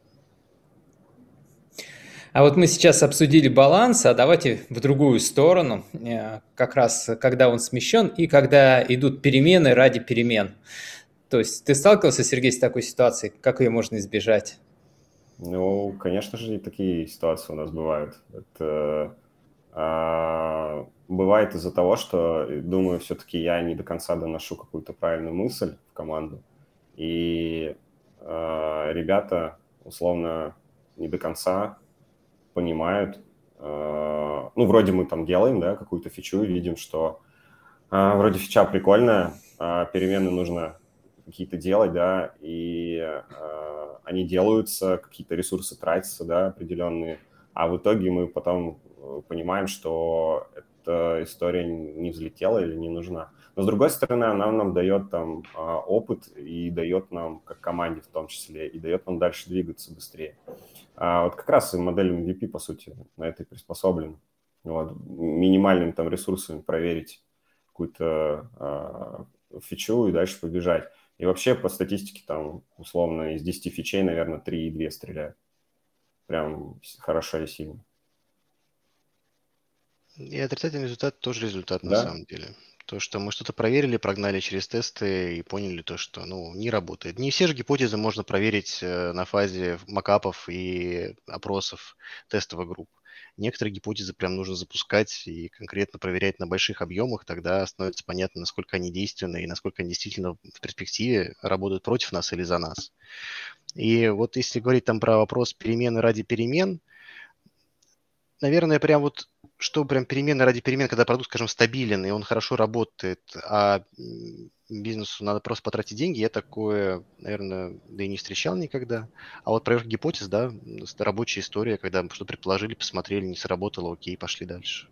А вот мы сейчас обсудили баланс, а давайте в другую сторону, как раз когда он смещен и когда идут перемены ради перемен. То есть ты сталкивался, Сергей, с такой ситуацией? Как ее можно избежать? Ну, конечно же, и такие ситуации у нас бывают. Это а, бывает из-за того, что, думаю, все-таки я не до конца доношу какую-то правильную мысль в команду, и а, ребята, условно, не до конца понимают, э, ну, вроде мы там делаем, да, какую-то фичу, видим, что э, вроде фича прикольная, э, перемены нужно какие-то делать, да, и э, они делаются, какие-то ресурсы тратятся, да, определенные, а в итоге мы потом понимаем, что эта история не взлетела или не нужна. Но, с другой стороны, она нам дает там опыт и дает нам, как команде в том числе, и дает нам дальше двигаться быстрее. А вот как раз и модель эм ви пи, по сути, на это и приспособлена. Вот. Минимальными там ресурсами проверить какую-то а, фичу и дальше побежать. И вообще по статистике там условно из десяти фичей, наверное, три и две стреляют. Прям хорошо и сильно. И отрицательный результат тоже результат да? на самом деле. То, что мы что-то проверили, прогнали через тесты и поняли то, что ну, не работает. Не все же гипотезы можно проверить на фазе макапов и опросов тестовых групп. Некоторые гипотезы прям нужно запускать и конкретно проверять на больших объемах, тогда становится понятно, насколько они действенны и насколько они действительно в перспективе работают против нас или за нас. И вот если говорить там про вопрос перемены ради перемен, наверное, прям вот что прям перемены ради перемен, когда продукт, скажем, стабилен и он хорошо работает, а бизнесу надо просто потратить деньги, я такое, наверное, да и не встречал никогда. А вот проверка гипотез, да, рабочая история, когда что предположили, посмотрели, не сработало, окей, пошли дальше.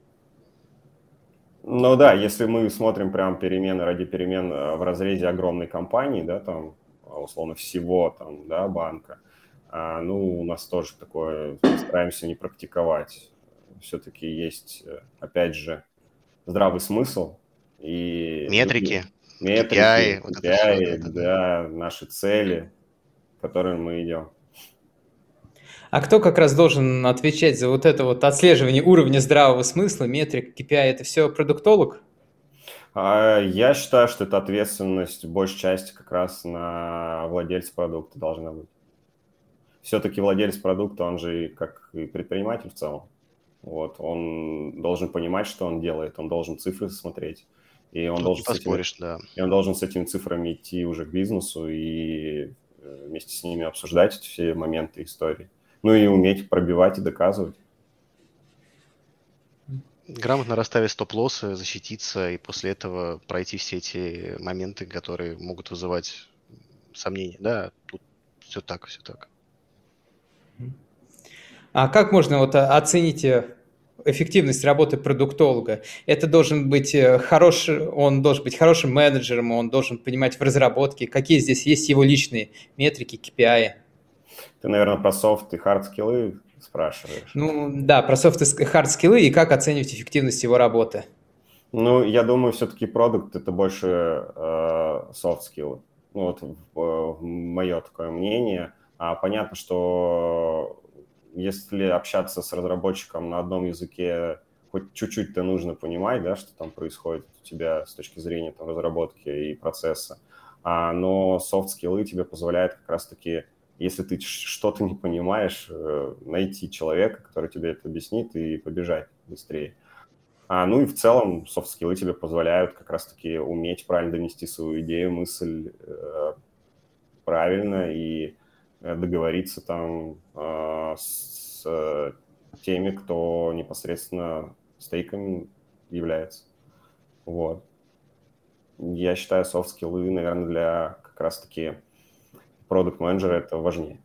Ну да, если мы смотрим прям перемены ради перемен в разрезе огромной компании, да, там, условно, всего там, да, банка, а, ну, у нас тоже такое стараемся не практиковать. Все-таки есть, опять же, здравый смысл и... Метрики, метрики, кей пи ай, вот кей пи ай, это все, да, да, да, наши цели, к которым мы идем. А кто как раз должен отвечать за вот это вот отслеживание уровня здравого смысла, метрик, кей пи ай? Это все продуктолог? А, Я считаю, что это ответственность большей части как раз на владельца продукта должна быть. Все-таки владелец продукта, он же и как и предприниматель в целом. Вот, он должен понимать, что он делает, он должен цифры смотреть, и он Тут не должен с этими, поспоришь, да. и он должен с этими цифрами идти уже к бизнесу и э, вместе с ними обсуждать эти все моменты истории. Ну и уметь пробивать и доказывать. Грамотно расставить стоп-лоссы, защититься и после этого пройти все эти моменты, которые могут вызывать сомнения. Да, тут все так, все так. А как можно вот а, оценить э, эффективность работы продуктолога? Это должен быть э, хороший, он должен быть хорошим менеджером, он должен понимать в разработке, какие здесь есть его личные метрики, кей пи ай. Ты, наверное, про софт и хард-скиллы спрашиваешь. Ну да, про софт и хард-скиллы и как оценивать эффективность его работы. Ну, я думаю, все-таки продукт – это больше э, soft-скиллы. Ну, вот в, мое такое мнение. А понятно, что если общаться с разработчиком на одном языке, хоть чуть-чуть-то нужно понимать, да, что там происходит у тебя с точки зрения там, разработки и процесса. А, но soft-скиллы тебе позволяют как раз-таки, если ты что-то не понимаешь, э, найти человека, который тебе это объяснит, и побежать быстрее. А, ну и в целом софт-скиллы тебе позволяют как раз-таки уметь правильно донести свою идею, мысль э, правильно и э, договориться там э, с э, теми, кто непосредственно стейком является. Вот. Я считаю, софт-скиллы, наверное, для как раз-таки продакт-менеджера это важнее.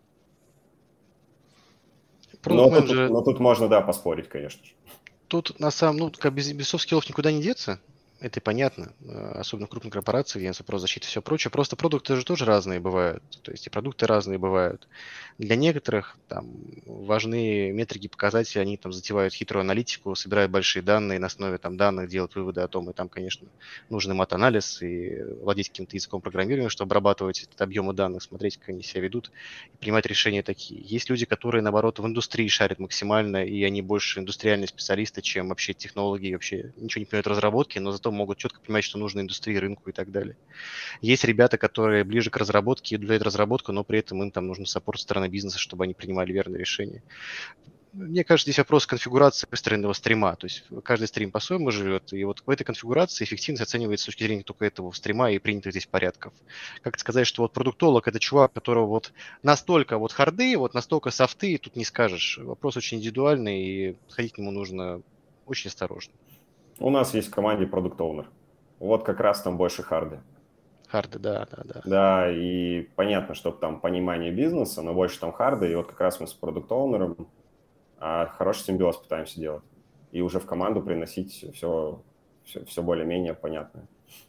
Но тут, Продакт-менеджеры но тут можно, да, поспорить, конечно же. Тут на самом, ну, как без, без софт-скиллов никуда не деться, это и понятно, э, особенно в крупных корпорациях, где запрос защиты и все прочее. Просто продукты же тоже разные бывают, то есть и продукты разные бывают. Для некоторых там важны метрики, показатели, они там затевают хитрую аналитику, собирают большие данные, на основе там данных делают выводы о том, и там, конечно, нужен мат-анализ и владеть каким-то языком программирования, чтобы обрабатывать этот объемы данных, смотреть, как они себя ведут, и принимать решения такие. Есть люди, которые, наоборот, в индустрии шарят максимально, и они больше индустриальные специалисты, чем вообще технологии, и вообще ничего не понимают в разработке, но зато могут четко понимать, что нужно индустрии, рынку и так далее. Есть ребята, которые ближе к разработке, удовлетворяют разработку, но при этом им там нужен саппорт со стороны бизнеса, чтобы они принимали верные решения. Мне кажется, здесь вопрос конфигурации выстроенного стрима. То есть каждый стрим по-своему живет, и вот в этой конфигурации эффективность оценивается с точки зрения только этого стрима и принятых здесь порядков. Как сказать, что вот продуктолог – это чувак, которого вот настолько вот харды, вот настолько софты, тут не скажешь. Вопрос очень индивидуальный, и подходить к нему нужно очень осторожно. У нас есть в команде продукт-оунер. Вот как раз там больше харды. Харды, да, да, да. Да, и понятно, что там понимание бизнеса, но больше там харды. И вот как раз мы с продукт-оунером а, хороший симбиоз пытаемся делать. И уже в команду приносить все, все, все более-менее понятное.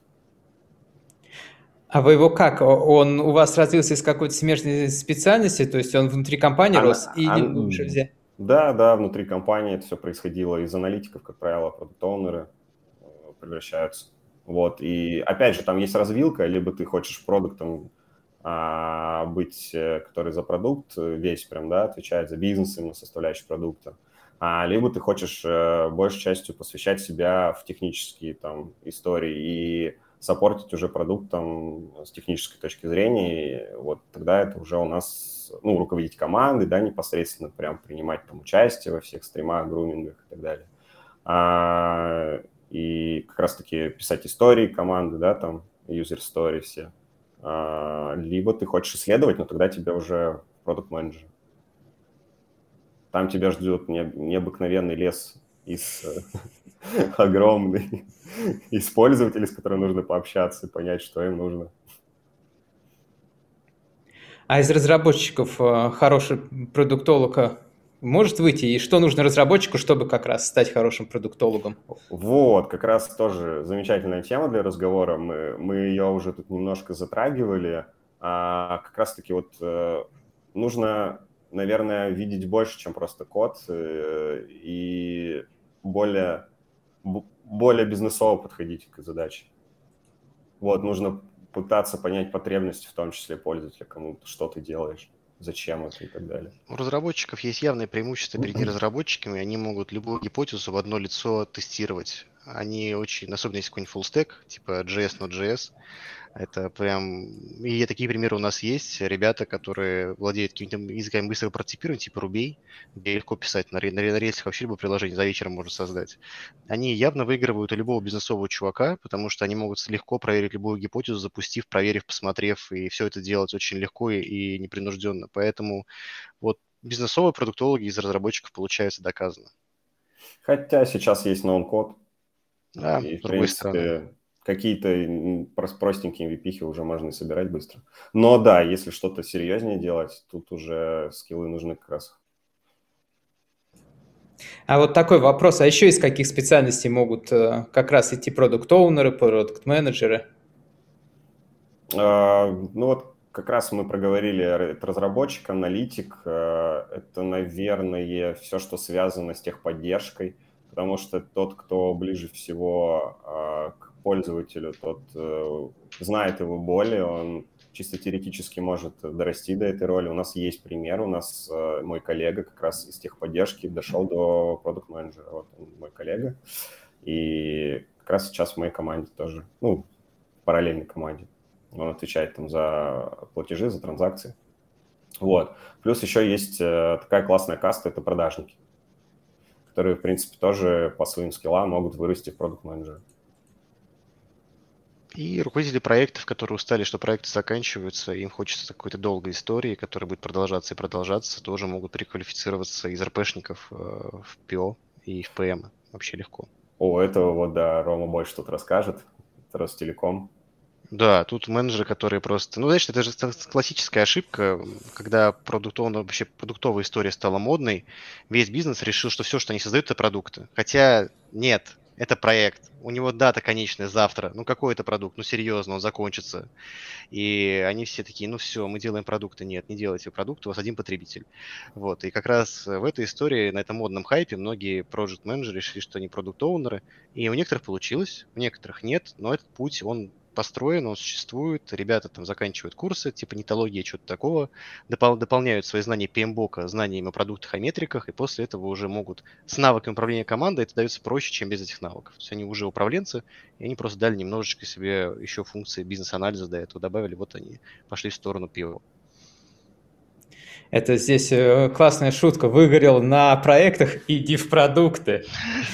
А вы его как? Он у вас развился из какой-то смежной специальности, то есть он внутри компании А, рос, или а, вы уже взяли? да, да, внутри компании это все происходило. Из аналитиков, как правило, продукт-оунеры превращаются. Вот, и опять же, там есть развилка, либо ты хочешь продуктом а, быть, который за продукт весь прям, да, отвечает за бизнес, именно составляющий продукта, а, либо ты хочешь а, большей частью посвящать себя в технические там истории и саппортить уже продукт там с технической точки зрения, и вот тогда это уже у нас, ну, руководить командой, да, непосредственно прям принимать там участие во всех стримах, грумингах и так далее. А, и как раз-таки писать истории команды, да, там, user story все. А, либо ты хочешь исследовать, но тогда тебе уже продакт-менеджер. Там тебя ждет не, необыкновенный лес из огромный, из пользователей, с которыми нужно пообщаться и понять, что им нужно. А из разработчиков э, хороший продуктолог может выйти? И что нужно разработчику, чтобы как раз стать хорошим продуктологом? Вот, как раз тоже замечательная тема для разговора. Мы, мы ее уже тут немножко затрагивали. А как раз-таки вот э, нужно, наверное, видеть больше, чем просто код, э, и более, б- более бизнесово подходить к задаче. Вот, нужно пытаться понять потребности, в том числе пользователя, кому что ты делаешь, зачем это и так далее. У разработчиков есть явное преимущество перед неразработчиками. Они могут любую гипотезу в одно лицо тестировать. они очень, особенно если какой-нибудь full stack, типа джей эс, Node.js, это прям... И такие примеры у нас есть. Ребята, которые владеют какими-то языками быстрого прототипирования, типа Ruby, где легко писать, на, ре- на, ре- на рельсах вообще любое приложение за вечер можно создать. Они явно выигрывают у любого бизнесового чувака, потому что они могут легко проверить любую гипотезу, запустив, проверив, посмотрев, и все это делать очень легко и, и непринужденно. Поэтому вот бизнесовые продуктологи из разработчиков получается доказано. Хотя сейчас есть ноун-код, А, и, с в другой стороны. принципе, какие-то м, прос- простенькие эм ви пи уже можно и собирать быстро. Но да, если что-то серьезнее делать, тут уже скиллы нужны как раз. А вот такой вопрос, а еще из каких специальностей могут э, как раз идти продукт-оунеры, продукт-менеджеры? А, Ну вот как раз мы проговорили р- это разработчик, аналитик. э, Это, наверное, все, что связано с техподдержкой, потому что тот, кто ближе всего а, к пользователю, тот э, знает его боли, он чисто теоретически может дорасти до этой роли. У нас есть пример, у нас э, мой коллега как раз из техподдержки дошел до продукт-менеджера, вот он мой коллега, и как раз сейчас в моей команде тоже, ну, в параллельной команде. Он отвечает там за платежи, за транзакции. Вот. Плюс еще есть э, такая классная каста, это продажники, которые, в принципе, тоже по своим скиллам могут вырасти в продукт-менеджера. И руководители проектов, которые устали, что проекты заканчиваются, им хочется какой-то долгой истории, которая будет продолжаться и продолжаться, тоже могут переквалифицироваться из эр пэ-шников э, в пи о и в пи эм. Вообще легко. О, этого вот, да, Рома больше тут расскажет. Это Ростелеком. Да, тут менеджеры, которые просто... Ну, знаешь, это же ста- классическая ошибка, когда продуктовая, вообще продуктовая история стала модной, весь бизнес решил, что все, что они создают, это продукты. Хотя нет, это проект. У него дата конечная завтра. Ну, какой это продукт? Ну, серьезно, он закончится. И они все такие, ну все, мы делаем продукты. Нет, не делайте продукты, у вас один потребитель. Вот. И как раз в этой истории, на этом модном хайпе, многие project менеджеры решили, что они продукт-оунеры. И у некоторых получилось, у некоторых нет. Но этот путь, он построен, он существует. Ребята там заканчивают курсы, типа нетология, что-то такого, допол- дополняют свои знания пи эм бока знаниями о продуктах, о метриках, и после этого уже могут с навыками управления командой, это дается проще, чем без этих навыков. То есть они уже управленцы, и они просто дали немножечко себе еще функции бизнес-анализа до этого добавили, вот они пошли в сторону пива. Это здесь э, классная шутка. Выгорел на проектах, иди в продукты.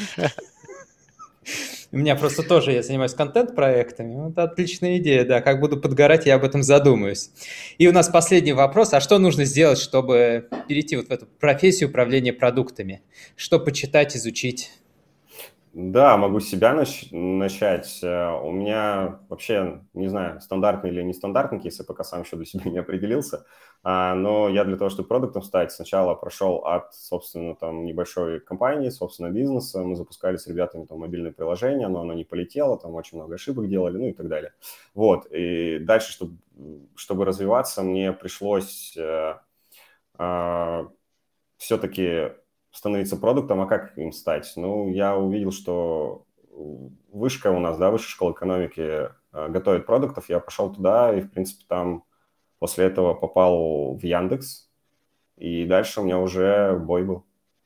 У меня просто тоже, я занимаюсь контент-проектами. Вот отличная идея, да. Как буду подгорать, я об этом задумаюсь. И у нас последний вопрос. А что нужно сделать, чтобы перейти вот в эту профессию управления продуктами? Что почитать, изучить? Да, могу с себя нач- начать. Э, У меня вообще, не знаю, стандартный или нестандартный кейс, я пока сам еще для себя не определился. А, но я для того, чтобы продуктом стать, сначала прошел от, собственно, там небольшой компании, собственно, бизнеса. Мы запускали с ребятами там мобильное приложение, но оно не полетело, там очень много ошибок делали, ну и так далее. Вот. И дальше, чтобы, чтобы развиваться, мне пришлось э, а, все-таки становиться продуктом, а как им стать? Ну, я увидел, что вышка у нас, да, высшая школа экономики э, готовит продуктов, я пошел туда, и, в принципе, там после этого попал в Яндекс, и дальше у меня уже бой был.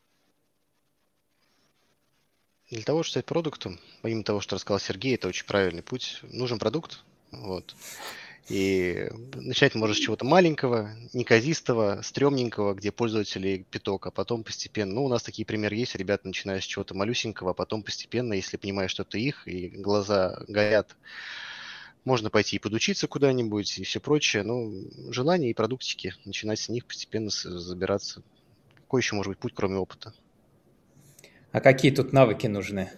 Для того, чтобы стать продуктом, помимо того, что рассказал Сергей, это очень правильный путь. Нужен продукт, вот. И начать можно с чего-то маленького, неказистого, стрёмненького, где пользователей пяток, а потом постепенно, ну, у нас такие примеры есть, ребята начинают с чего-то малюсенького, а потом постепенно, если понимаешь, что это их, и глаза горят, можно пойти и подучиться куда-нибудь, и все прочее. Ну, желание и продуктики, начинать с них, постепенно с- забираться. Какой еще может быть путь, кроме опыта? А какие тут навыки нужны?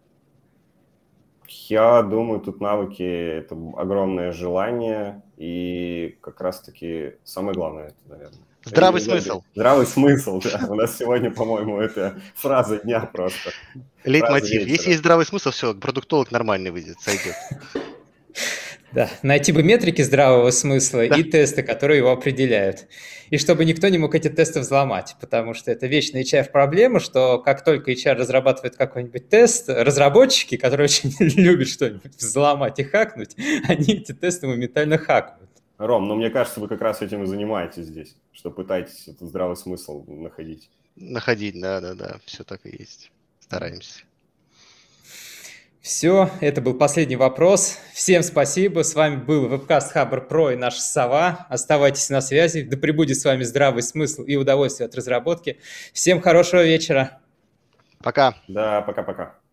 Я думаю, тут навыки– это огромное желание, и как раз-таки самое главное это, наверное. Здравый И, Андрей, смысл. здравый смысл, да. У нас сегодня, по-моему, это фраза дня просто, фраза Лейтмотив. Если вечера. есть здравый смысл, все, продуктолог нормальный выйдет, сойдет. Да, найти бы метрики здравого смысла Да. и тесты, которые его определяют. И чтобы никто не мог эти тесты взломать, потому что это вечная эйч ар-проблема, что как только эйч ар разрабатывает какой-нибудь тест, разработчики, которые очень любят что-нибудь взломать и хакнуть, они эти тесты моментально хакают. Ром, ну мне кажется, вы как раз этим и занимаетесь здесь, что пытаетесь этот здравый смысл находить. Находить, да-да-да, все так и есть. Стараемся. Все, это был последний вопрос. Всем спасибо. С вами был вебкаст Хабр Про и наша сова. Оставайтесь на связи. Да пребудет с вами здравый смысл и удовольствие от разработки. Всем хорошего вечера. Пока. Да, пока-пока.